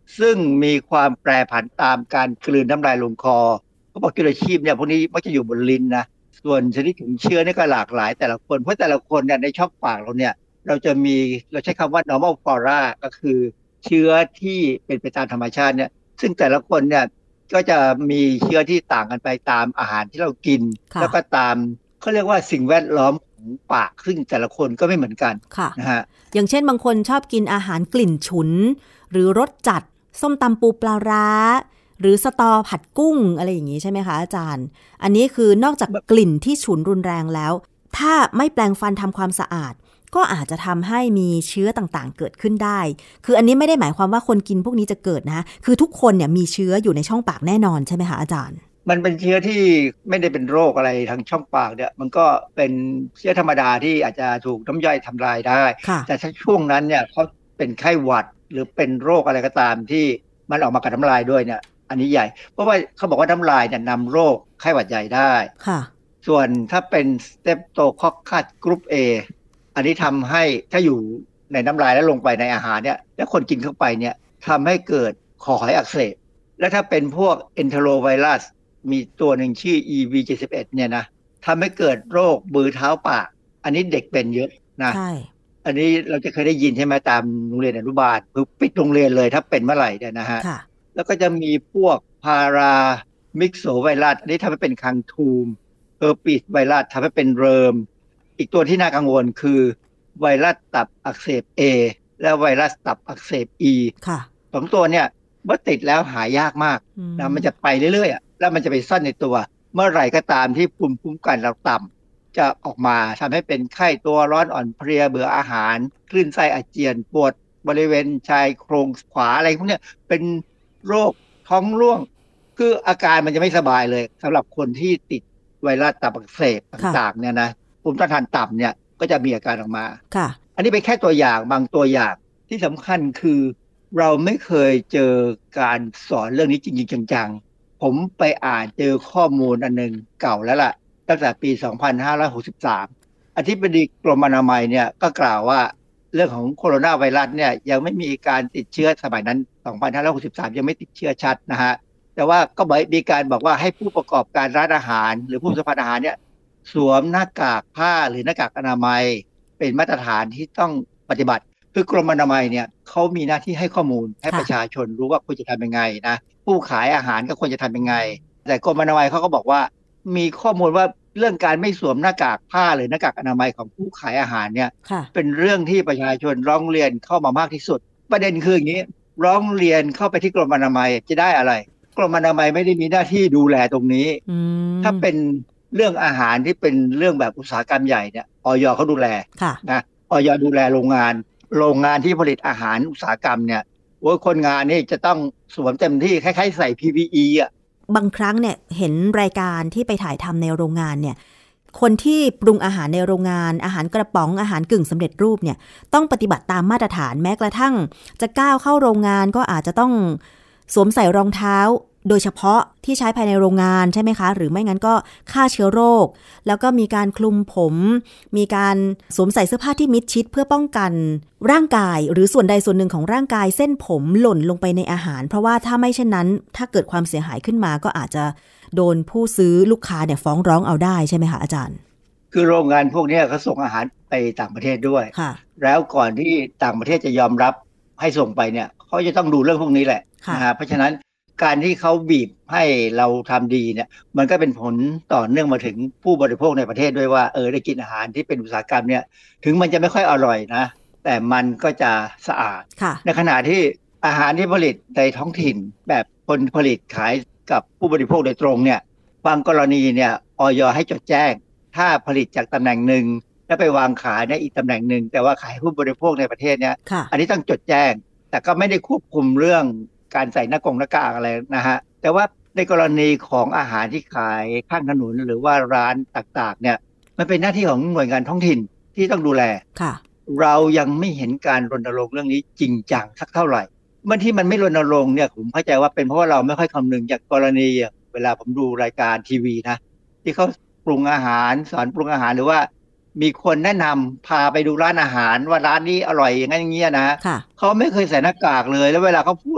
ซึ่งมีความแปรผันตามการกลืนน้ำลายลงคอเขาบอกจุลชีพเนี่ยพวกนี้มักจะอยู่บนลิ้นนะส่วนชนิดของเชื้อนี่ก็หลากหลายแต่ละคนเพราะแต่ละคนเนี่ยในช่องปากเราเนี่ยเราจะมีเราใช้คำว่า normal flora ก็คือเชื้อที่เป็นไปตามธรรมชาติเนี่ยซึ่งแต่ละคนเนี่ยก็จะมีเชื้อที่ต่างกันไปตามอาหารที่เรากินแล้วก็ตามเขาเรียกว่าสิ่งแวดล้อมของปากซึ่งแต่ละคนก็ไม่เหมือนกันนะฮะอย่างเช่นบางคนชอบกินอาหารกลิ่นฉุนหรือรสจัดส้มตำปูปลาร้าหรือสตอผัดกุ้งอะไรอย่างนี้ใช่ไหมคะอาจารย์อันนี้คือนอกจากกลิ่นที่ฉุนรุนแรงแล้วถ้าไม่แปรงฟันทำความสะอาดก็อาจจะทำให้มีเชื้อต่างๆเกิดขึ้นได้คืออันนี้ไม่ได้หมายความว่าคนกินพวกนี้จะเกิดนะคือทุกคนเนี่ยมีเชื้ออยู่ในช่องปากแน่นอนใช่ไหมคะอาจารย์มันเป็นเชื้อที่ไม่ได้เป็นโรคอะไรทางช่องปากเนี่ยมันก็เป็นเชื้อธรรมดาที่อาจจะถูกน้ำย่อยทำลายได้แต่ถ้าช่วงนั้นเนี่ยเขาเป็นไข้หวัดหรือเป็นโรคอะไรก็ตามที่มันออกมากับน้ำลายด้วยเนี่ยอันนี้ใหญ่เพราะว่าเขาบอกว่าน้ำลายเนี่ยนำโรคไข้หวัดใหญ่ได้ส่วนถ้าเป็นสเตปโตคอคคัสกรุ๊ป A อันนี้ทำให้ถ้าอยู่ในน้ำลายแล้วลงไปในอาหารเนี่ยแล้วคนกินเข้าไปเนี่ยทำให้เกิดคอหอยอักเสบและถ้าเป็นพวก enterovirus มีตัวหนึ่งชื่อ อี วี เจ็ดสิบเอ็ด เนี่ยนะทำให้เกิดโรคมือเท้าปากอันนี้เด็กเป็นเยอะนะใช่อันนี้เราจะเคยได้ยินใช่ไหมตามโรงเรียนอนุบาลคือปิดโรงเรียนเลยถ้าเป็นเมื่อไหร่เนี่ยนะฮะแล้วก็จะมีพวกพารามิกโซไวรัสอันนี้ทำให้เป็นคังทูมเฮอร์ปิสไวรัสทำให้เป็นเริมอีกตัวที่น่ากังวลคือไวรัสตับอักเสบ A และไวรัสตับอักเสบ E ค่ะสองตัวเนี่ยเมื่อติดแล้วหายากมากนะมันจะไปเรื่อยๆแล้วมันจะไปซ่อนในตัวเมื่อไหร่ก็ตามที่ภูมิคุ้มกันเราต่ำจะออกมาทำให้เป็นไข้ตัวร้อนอ่อนเพลียเบื่ออาหารคลื่นไส้อาเจียนปวดบริเวณชายโครงขวาอะไรพวกนี้เป็นโรคท้องร่วงคืออาการมันจะไม่สบายเลยสำหรับคนที่ติดไวรัสตับอักเสบต่างๆเนี่ยนะภูมิต้านทานต่ำเนี่ยก็จะมีอาการออกมาค่ะอันนี้เป็นแค่ตัวอย่างบางตัวอย่างที่สำคัญคือเราไม่เคยเจอการสอนเรื่องนี้จริงๆจังๆผมไปอ่านเจอข้อมูลอันนึงเก่าแล้วล่ะตั้งแต่ปีสองพันห้าร้อยหกสิบสามอธิบดีกรมอนามัยเนี่ยก็กล่าวว่าเรื่องของโคโรนาไวรัสเนี่ยยังไม่มีการติดเชื้อสมัยนั้นสองพันห้าร้อยหกสิบสามยังไม่ติดเชื้อชัดนะฮะแต่ว่าก็มีการบอกว่าให้ผู้ประกอบการร้านอาหารหรือผู้สัมพันธ์อาหารเนี่ยสวมหน้ากากผ้าหรือหน้ากากอนามัยเป็นมาตรฐานที่ต้องปฏิบัติคือกรมอนามัยเนี่ยเขามีหน้าที่ให้ข้อมูลให้ประชาชนรู้ว่าควรจะทำยังไงนะผู้ขายอาหารก็ควรจะทำยังไงแต่กรมอนามัยเขาก็บอกว่ามีข้อมูลว่าเรื่องการไม่สวมหน้ากากผ้าหรือหน้ากากอนามัยของผู้ขายอาหารเนี่ยเป็นเรื่องที่ประชาชนร้องเรียนเข้ามามากที่สุดประเด็นคืออย่างนี้ร้องเรียนเข้าไปที่กรมอนามัยจะได้อะไรกรมอนามัยไม่ได้มีหน้าที่ดูแลตรงนี้ถ้าเป็นเรื่องอาหารที่เป็นเรื่องแบบอุตสาหกรรมใหญ่เนี่ยอย.เขาดูแลนะอย.ดูแลโรงงานโรงงานที่ผลิตอาหารอุตสาหกรรมเนี่ยว่าคนงานนี่จะต้องสวมเต็มที่คล้ายๆใส่ พี พี อี อ่ะบางครั้งเนี่ยเห็นรายการที่ไปถ่ายทำในโรงงานเนี่ยคนที่ปรุงอาหารในโรงงานอาหารกระป๋องอาหารกึ่งสำเร็จรูปเนี่ยต้องปฏิบัติตามมาตรฐานแม้กระทั่งจะก้าวเข้าโรงงานก็อาจจะต้องสวมใส่รองเท้าโดยเฉพาะที่ใช้ภายในโรงงานใช่ไหมคะหรือไม่งั้นก็ฆ่าเชื้อโรคแล้วก็มีการคลุมผมมีการสวมใส่เสื้อผ้าที่มิดชิดเพื่อป้องกันร่างกายหรือส่วนใดส่วนหนึ่งของร่างกายเส้นผมหล่นลงไปในอาหารเพราะว่าถ้าไม่เช่นนั้นถ้าเกิดความเสียหายขึ้นมาก็อาจจะโดนผู้ซื้อลูกค้าเนี่ยฟ้องร้องเอาได้ใช่ไหมคะอาจารย์คือโรงงานพวกนี้เขาส่งอาหารไปต่างประเทศด้วยแล้วก่อนที่ต่างประเทศจะยอมรับให้ส่งไปเนี่ยเขาจะต้องดูเรื่องพวกนี้แหละนะฮะเพราะฉะนั้นการที่เขาบีบให้เราทำดีเนี่ยมันก็เป็นผลต่อเนื่องมาถึงผู้บริโภคในประเทศด้วยว่าเออได้กินอาหารที่เป็นอุตสาหกรรมเนี่ยถึงมันจะไม่ค่อยอร่อยนะแต่มันก็จะสะอาดในขณะที่อาหารที่ผลิตในท้องถิ่นแบบคนผลิตขายกับผู้บริโภคโดยตรงเนี่ยบางกรณีเนี่ยอย.ให้จดแจ้งถ้าผลิตจากตำแหน่งหนึ่งแล้วไปวางขายในอีกตำแหน่งหนึ่งแต่ว่าขายผู้บริโภคในประเทศเนี่ยอันนี้ต้องจดแจ้งแต่ก็ไม่ได้ควบคุมเรื่องการใส่หน้ากงหน้ากากอะไรนะฮะแต่ว่าในกรณีของอาหารที่ขายข้างถนนหรือว่าร้านต่างๆเนี่ยมันเป็นหน้าที่ของหน่วยงานท้องถิ่นที่ต้องดูแลค่ะเรายังไม่เห็นการรณรงค์เรื่องนี้จริงจังสักเท่าไหร่เมื่อที่มันไม่รณรงค์เนี่ยผมเข้าใจว่าเป็นเพราะว่าเราไม่ค่อยคำนึงจากกรณีเวลาผมดูรายการทีวีนะที่เขาปรุงอาหารสอนปรุงอาหารหรือว่ามีคนแนะนำพาไปดูร้านอาหารว่าร้านนี้อร่อยอย่างนั้นอย่างเงี้ยนะเขาไม่เคยใส่หน้ากากเลยแล้วเวลาเขาพูดเนี่ย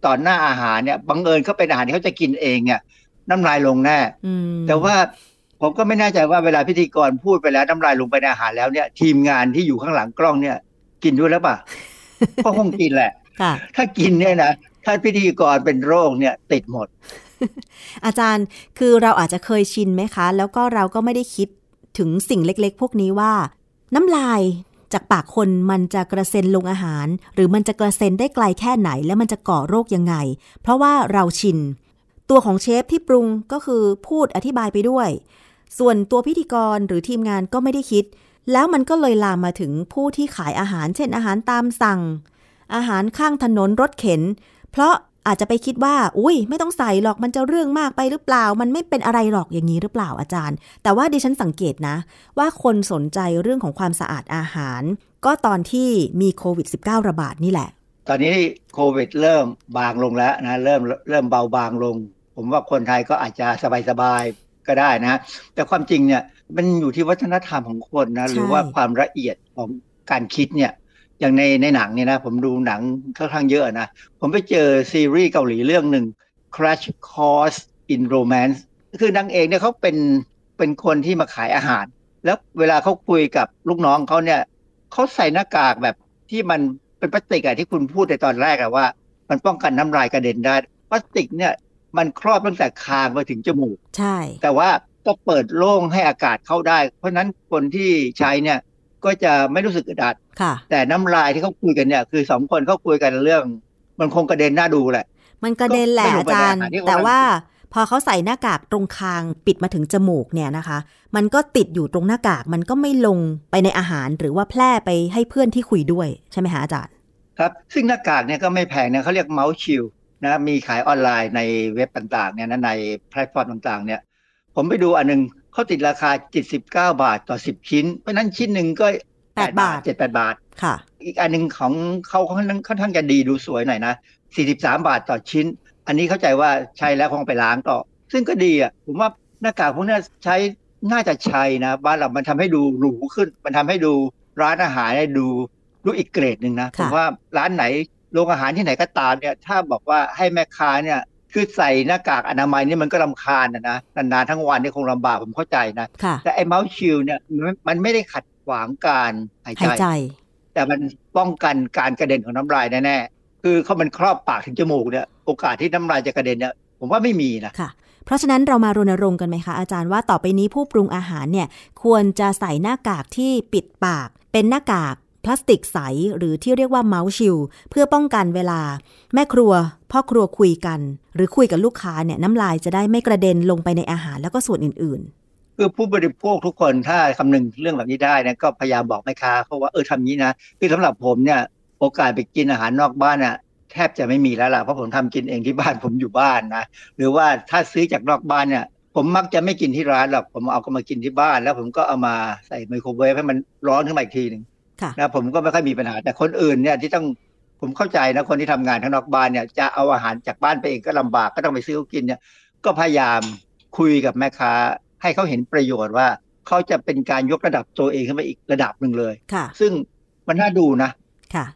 ต่อหน้าอาหารเนี่ยบังเอิญเขาเป็นอาหารที่เขาจะกินเองเนี่ยน้ำลายลงแน่แต่ว่าผมก็ไม่แน่ใจว่าเวลาพิธีกรพูดไปแล้วน้ำลายลงไปในอาหารแล้วเนี่ยทีมงานที่อยู่ข้างหลังกล้องเนี่ยกินด้วยแล้วป่ะ ก็คงกินแหละถ้ากินเนี่ยนะถ้าพิธีกรเป็นโรคเนี่ยติดหมดอาจารย์คือเราอาจจะเคยชินไหมคะแล้วก็เราก็ไม่ได้คิดถึงสิ่งเล็กๆพวกนี้ว่าน้ำลายจากปากคนมันจะกระเซ็นลงอาหารหรือมันจะกระเซ็นได้ไกลแค่ไหนและมันจะก่อโรคยังไงเพราะว่าเราชินตัวของเชฟที่ปรุงก็คือพูดอธิบายไปด้วยส่วนตัวพิธีกรหรือทีมงานก็ไม่ได้คิดแล้วมันก็เลยลามมาถึงผู้ที่ขายอาหารเช่นอาหารตามสั่งอาหารข้างถนนรถเข็นเพราะอาจจะไปคิดว่าอุ้ยไม่ต้องใส่หรอกมันจะเรื่องมากไปหรือเปล่ามันไม่เป็นอะไรหรอกอย่างนี้หรือเปล่าอาจารย์แต่ว่าดิฉันสังเกตนะว่าคนสนใจเรื่องของความสะอาดอาหารก็ตอนที่มีโควิด สิบเก้า ระบาดนี่แหละตอนนี้โควิดเริ่มบางลงแล้วนะเริ่มเริ่มเบาบางลงผมว่าคนไทยก็อาจจะสบายๆก็ได้นะแต่ความจริงเนี่ยมันอยู่ที่วัฒนธรรมของคนนะหรือว่าความละเอียดของการคิดเนี่ยอย่างในในหนังเนี่ยนะผมดูหนังค่อนข้างเยอะนะผมไปเจอซีรีส์เกาหลีเรื่องหนึ่ง Crash Course in Romance คือนางเอกเนี่ยเขาเป็นเป็นคนที่มาขายอาหารแล้วเวลาเขาคุยกับลูกน้องเขาเนี่ยเขาใส่หน้ากากแบบที่มันเป็นพลาสติกอะที่คุณพูดในตอนแรกอะว่ามันป้องกันน้ำลายกระเด็นได้พลาสติกเนี่ยมันครอบตั้งแต่คางไปถึงจมูกใช่แต่ว่าก็เปิดโล่งให้อากาศเข้าได้เพราะนั้นคนที่ใช้เนี่ยก็จะไม่รู้สึกอึดอัดแต่น้ำลายที่เขาคุยกันเนี่ยคือสองคนเขาคุยกันเรื่องมันคงกระเด็นน่าดูแหละมันกระเด็นแหละอาจารย์แต่ว่าพอเขาใส่หน้ากากตรงคางปิดมาถึงจมูกเนี่ยนะคะมันก็ติดอยู่ตรงหน้ากากมันก็ไม่ลงไปในอาหารหรือว่าแพร่ไปให้เพื่อนที่คุยด้วยใช่ไหมคะอาจารย์ครับซึ่งหน้ากากเนี่ยก็ไม่แพงนะเขาเรียกเมาส์ชิลนะมีขายออนไลน์ในเว็บต่างๆเนี่ยนะในแพลตฟอร์มต่างๆเนี่ยผมไปดูอันนึงเขาติดราคาเจ็ดสิบเก้าบาทต่อสิบชิ้นเพราะนั้นชิ้นหนึ่งก็แปดบาท เจ็ด แปด บาทค่ะอีกอันนึงของเขาค่อนข้างค่อนข้างจะดีดูสวยหน่อยนะสี่สิบสามบาทต่อชิ้นอันนี้เข้าใจว่าใช้แล้วคงไปล้างต่อซึ่งก็ดีอ่ะผมว่าหน้ากากพวกนี้ใช้น่าจะใช้นะบ้านเรามันทำให้ดูหรูขึ้นมันทำให้ดูร้านอาหารได้ดูดูอีกเกรดนึงนะผมว่าร้านไหนโรงอาหารที่ไหนก็ตามเนี่ยถ้าบอกว่าให้แม่ค้าเนี่ยคือใส่หน้ากากอนามัยนี่มันก็รำคาญนะนะนานๆทั้งวันนี่คงลำบากผมเข้าใจนะแต่ไอ้เมาส์ชิลเนี่ยมันไม่ได้ขัดขวางการหายใจแต่มันป้องกันการกระเด็นของน้ำลายแน่ๆคือเขามันครอบปากถึงจมูกเนี่ยโอกาสที่น้ำลายจะกระเด็นเนี่ยผมว่าไม่มีนะค่ะเพราะฉะนั้นเรามารณรงค์กันไหมคะอาจารย์ว่าต่อไปนี้ผู้ปรุงอาหารเนี่ยควรจะใส่หน้ากากที่ปิดปากเป็นหน้ากากพลาสติกใสหรือที่เรียกว่าเมาส์ชิลเพื่อป้องกันเวลาแม่ครัวพ่อครัวคุยกันหรือคุยกับลูกค้าเนี่ยน้ำลายจะได้ไม่กระเด็นลงไปในอาหารแล้วก็ส่วนอื่นๆคือผู้บริโภคทุกคนถ้าคำนึงเรื่องแบบนี้ได้นะก็พยายามบอกแม่ค้าเขาว่าเออทำนี้นะคือสำหรับผมเนี่ยโอกาสไปกินอาหารนอกบ้านน่ะแทบจะไม่มีแล้วล่ะเพราะผมทำกินเองที่บ้านผมอยู่บ้านนะหรือว่าถ้าซื้อจากนอกบ้านเนี่ยผมมักจะไม่กินที่ร้านหรอกผมเอาก็มากินที่บ้านแล้วผมก็เอามาใส่ไมโครเวฟให้มันร้อนขึ้นมาอีกทีนึงนะผมก็ไม่ค่อยมีปัญหาแต่คนอื่นเนี่ยที่ต้องผมเข้าใจนะคนที่ทำงานข้างนอกบ้านเนี่ยจะเอาอาหารจากบ้านไปเองก็ลำบากก็ต้องไปซื้อกินเนี่ยก็พยายามคุยกับแม่ค้าให้เขาเห็นประโยชน์ว่าเขาจะเป็นการยกระดับตัวเองขึ้นมาอีกระดับหนึ่งเลยซึ่งมันน่าดูนะค่ะ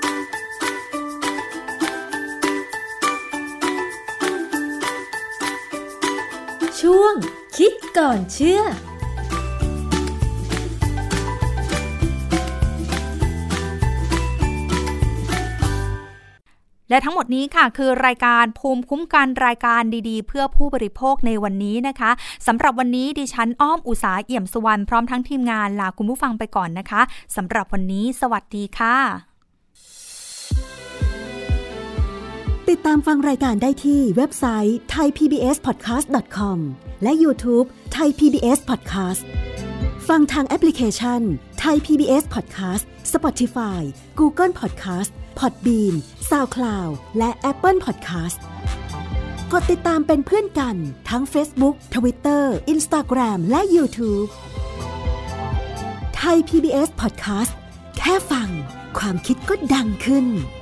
ช่วงคิดก่อนเชื่อและทั้งหมดนี้ค่ะคือรายการภูมิคุ้มกันรายการดีๆเพื่อผู้บริโภคในวันนี้นะคะสำหรับวันนี้ดิฉันอ้อมอุษาเอี่ยมสุวรรณพร้อมทั้งทีมงานลาคุณผู้ฟังไปก่อนนะคะสำหรับวันนี้สวัสดีค่ะติดตามฟังรายการได้ที่เว็บไซต์ ไทยพีบีเอสพอดแคสต์ ดอท คอม และ YouTube Thai พี บี เอส Podcast ฟังทางแอปพลิเคชัน Thai พี บี เอส Podcast Spotify Google Podcast Podbean SoundCloud และ Apple Podcast กดติดตามเป็นเพื่อนกันทั้ง Facebook Twitter Instagram และ YouTube Thai พี บี เอส Podcast แค่ฟังความคิดก็ดังขึ้น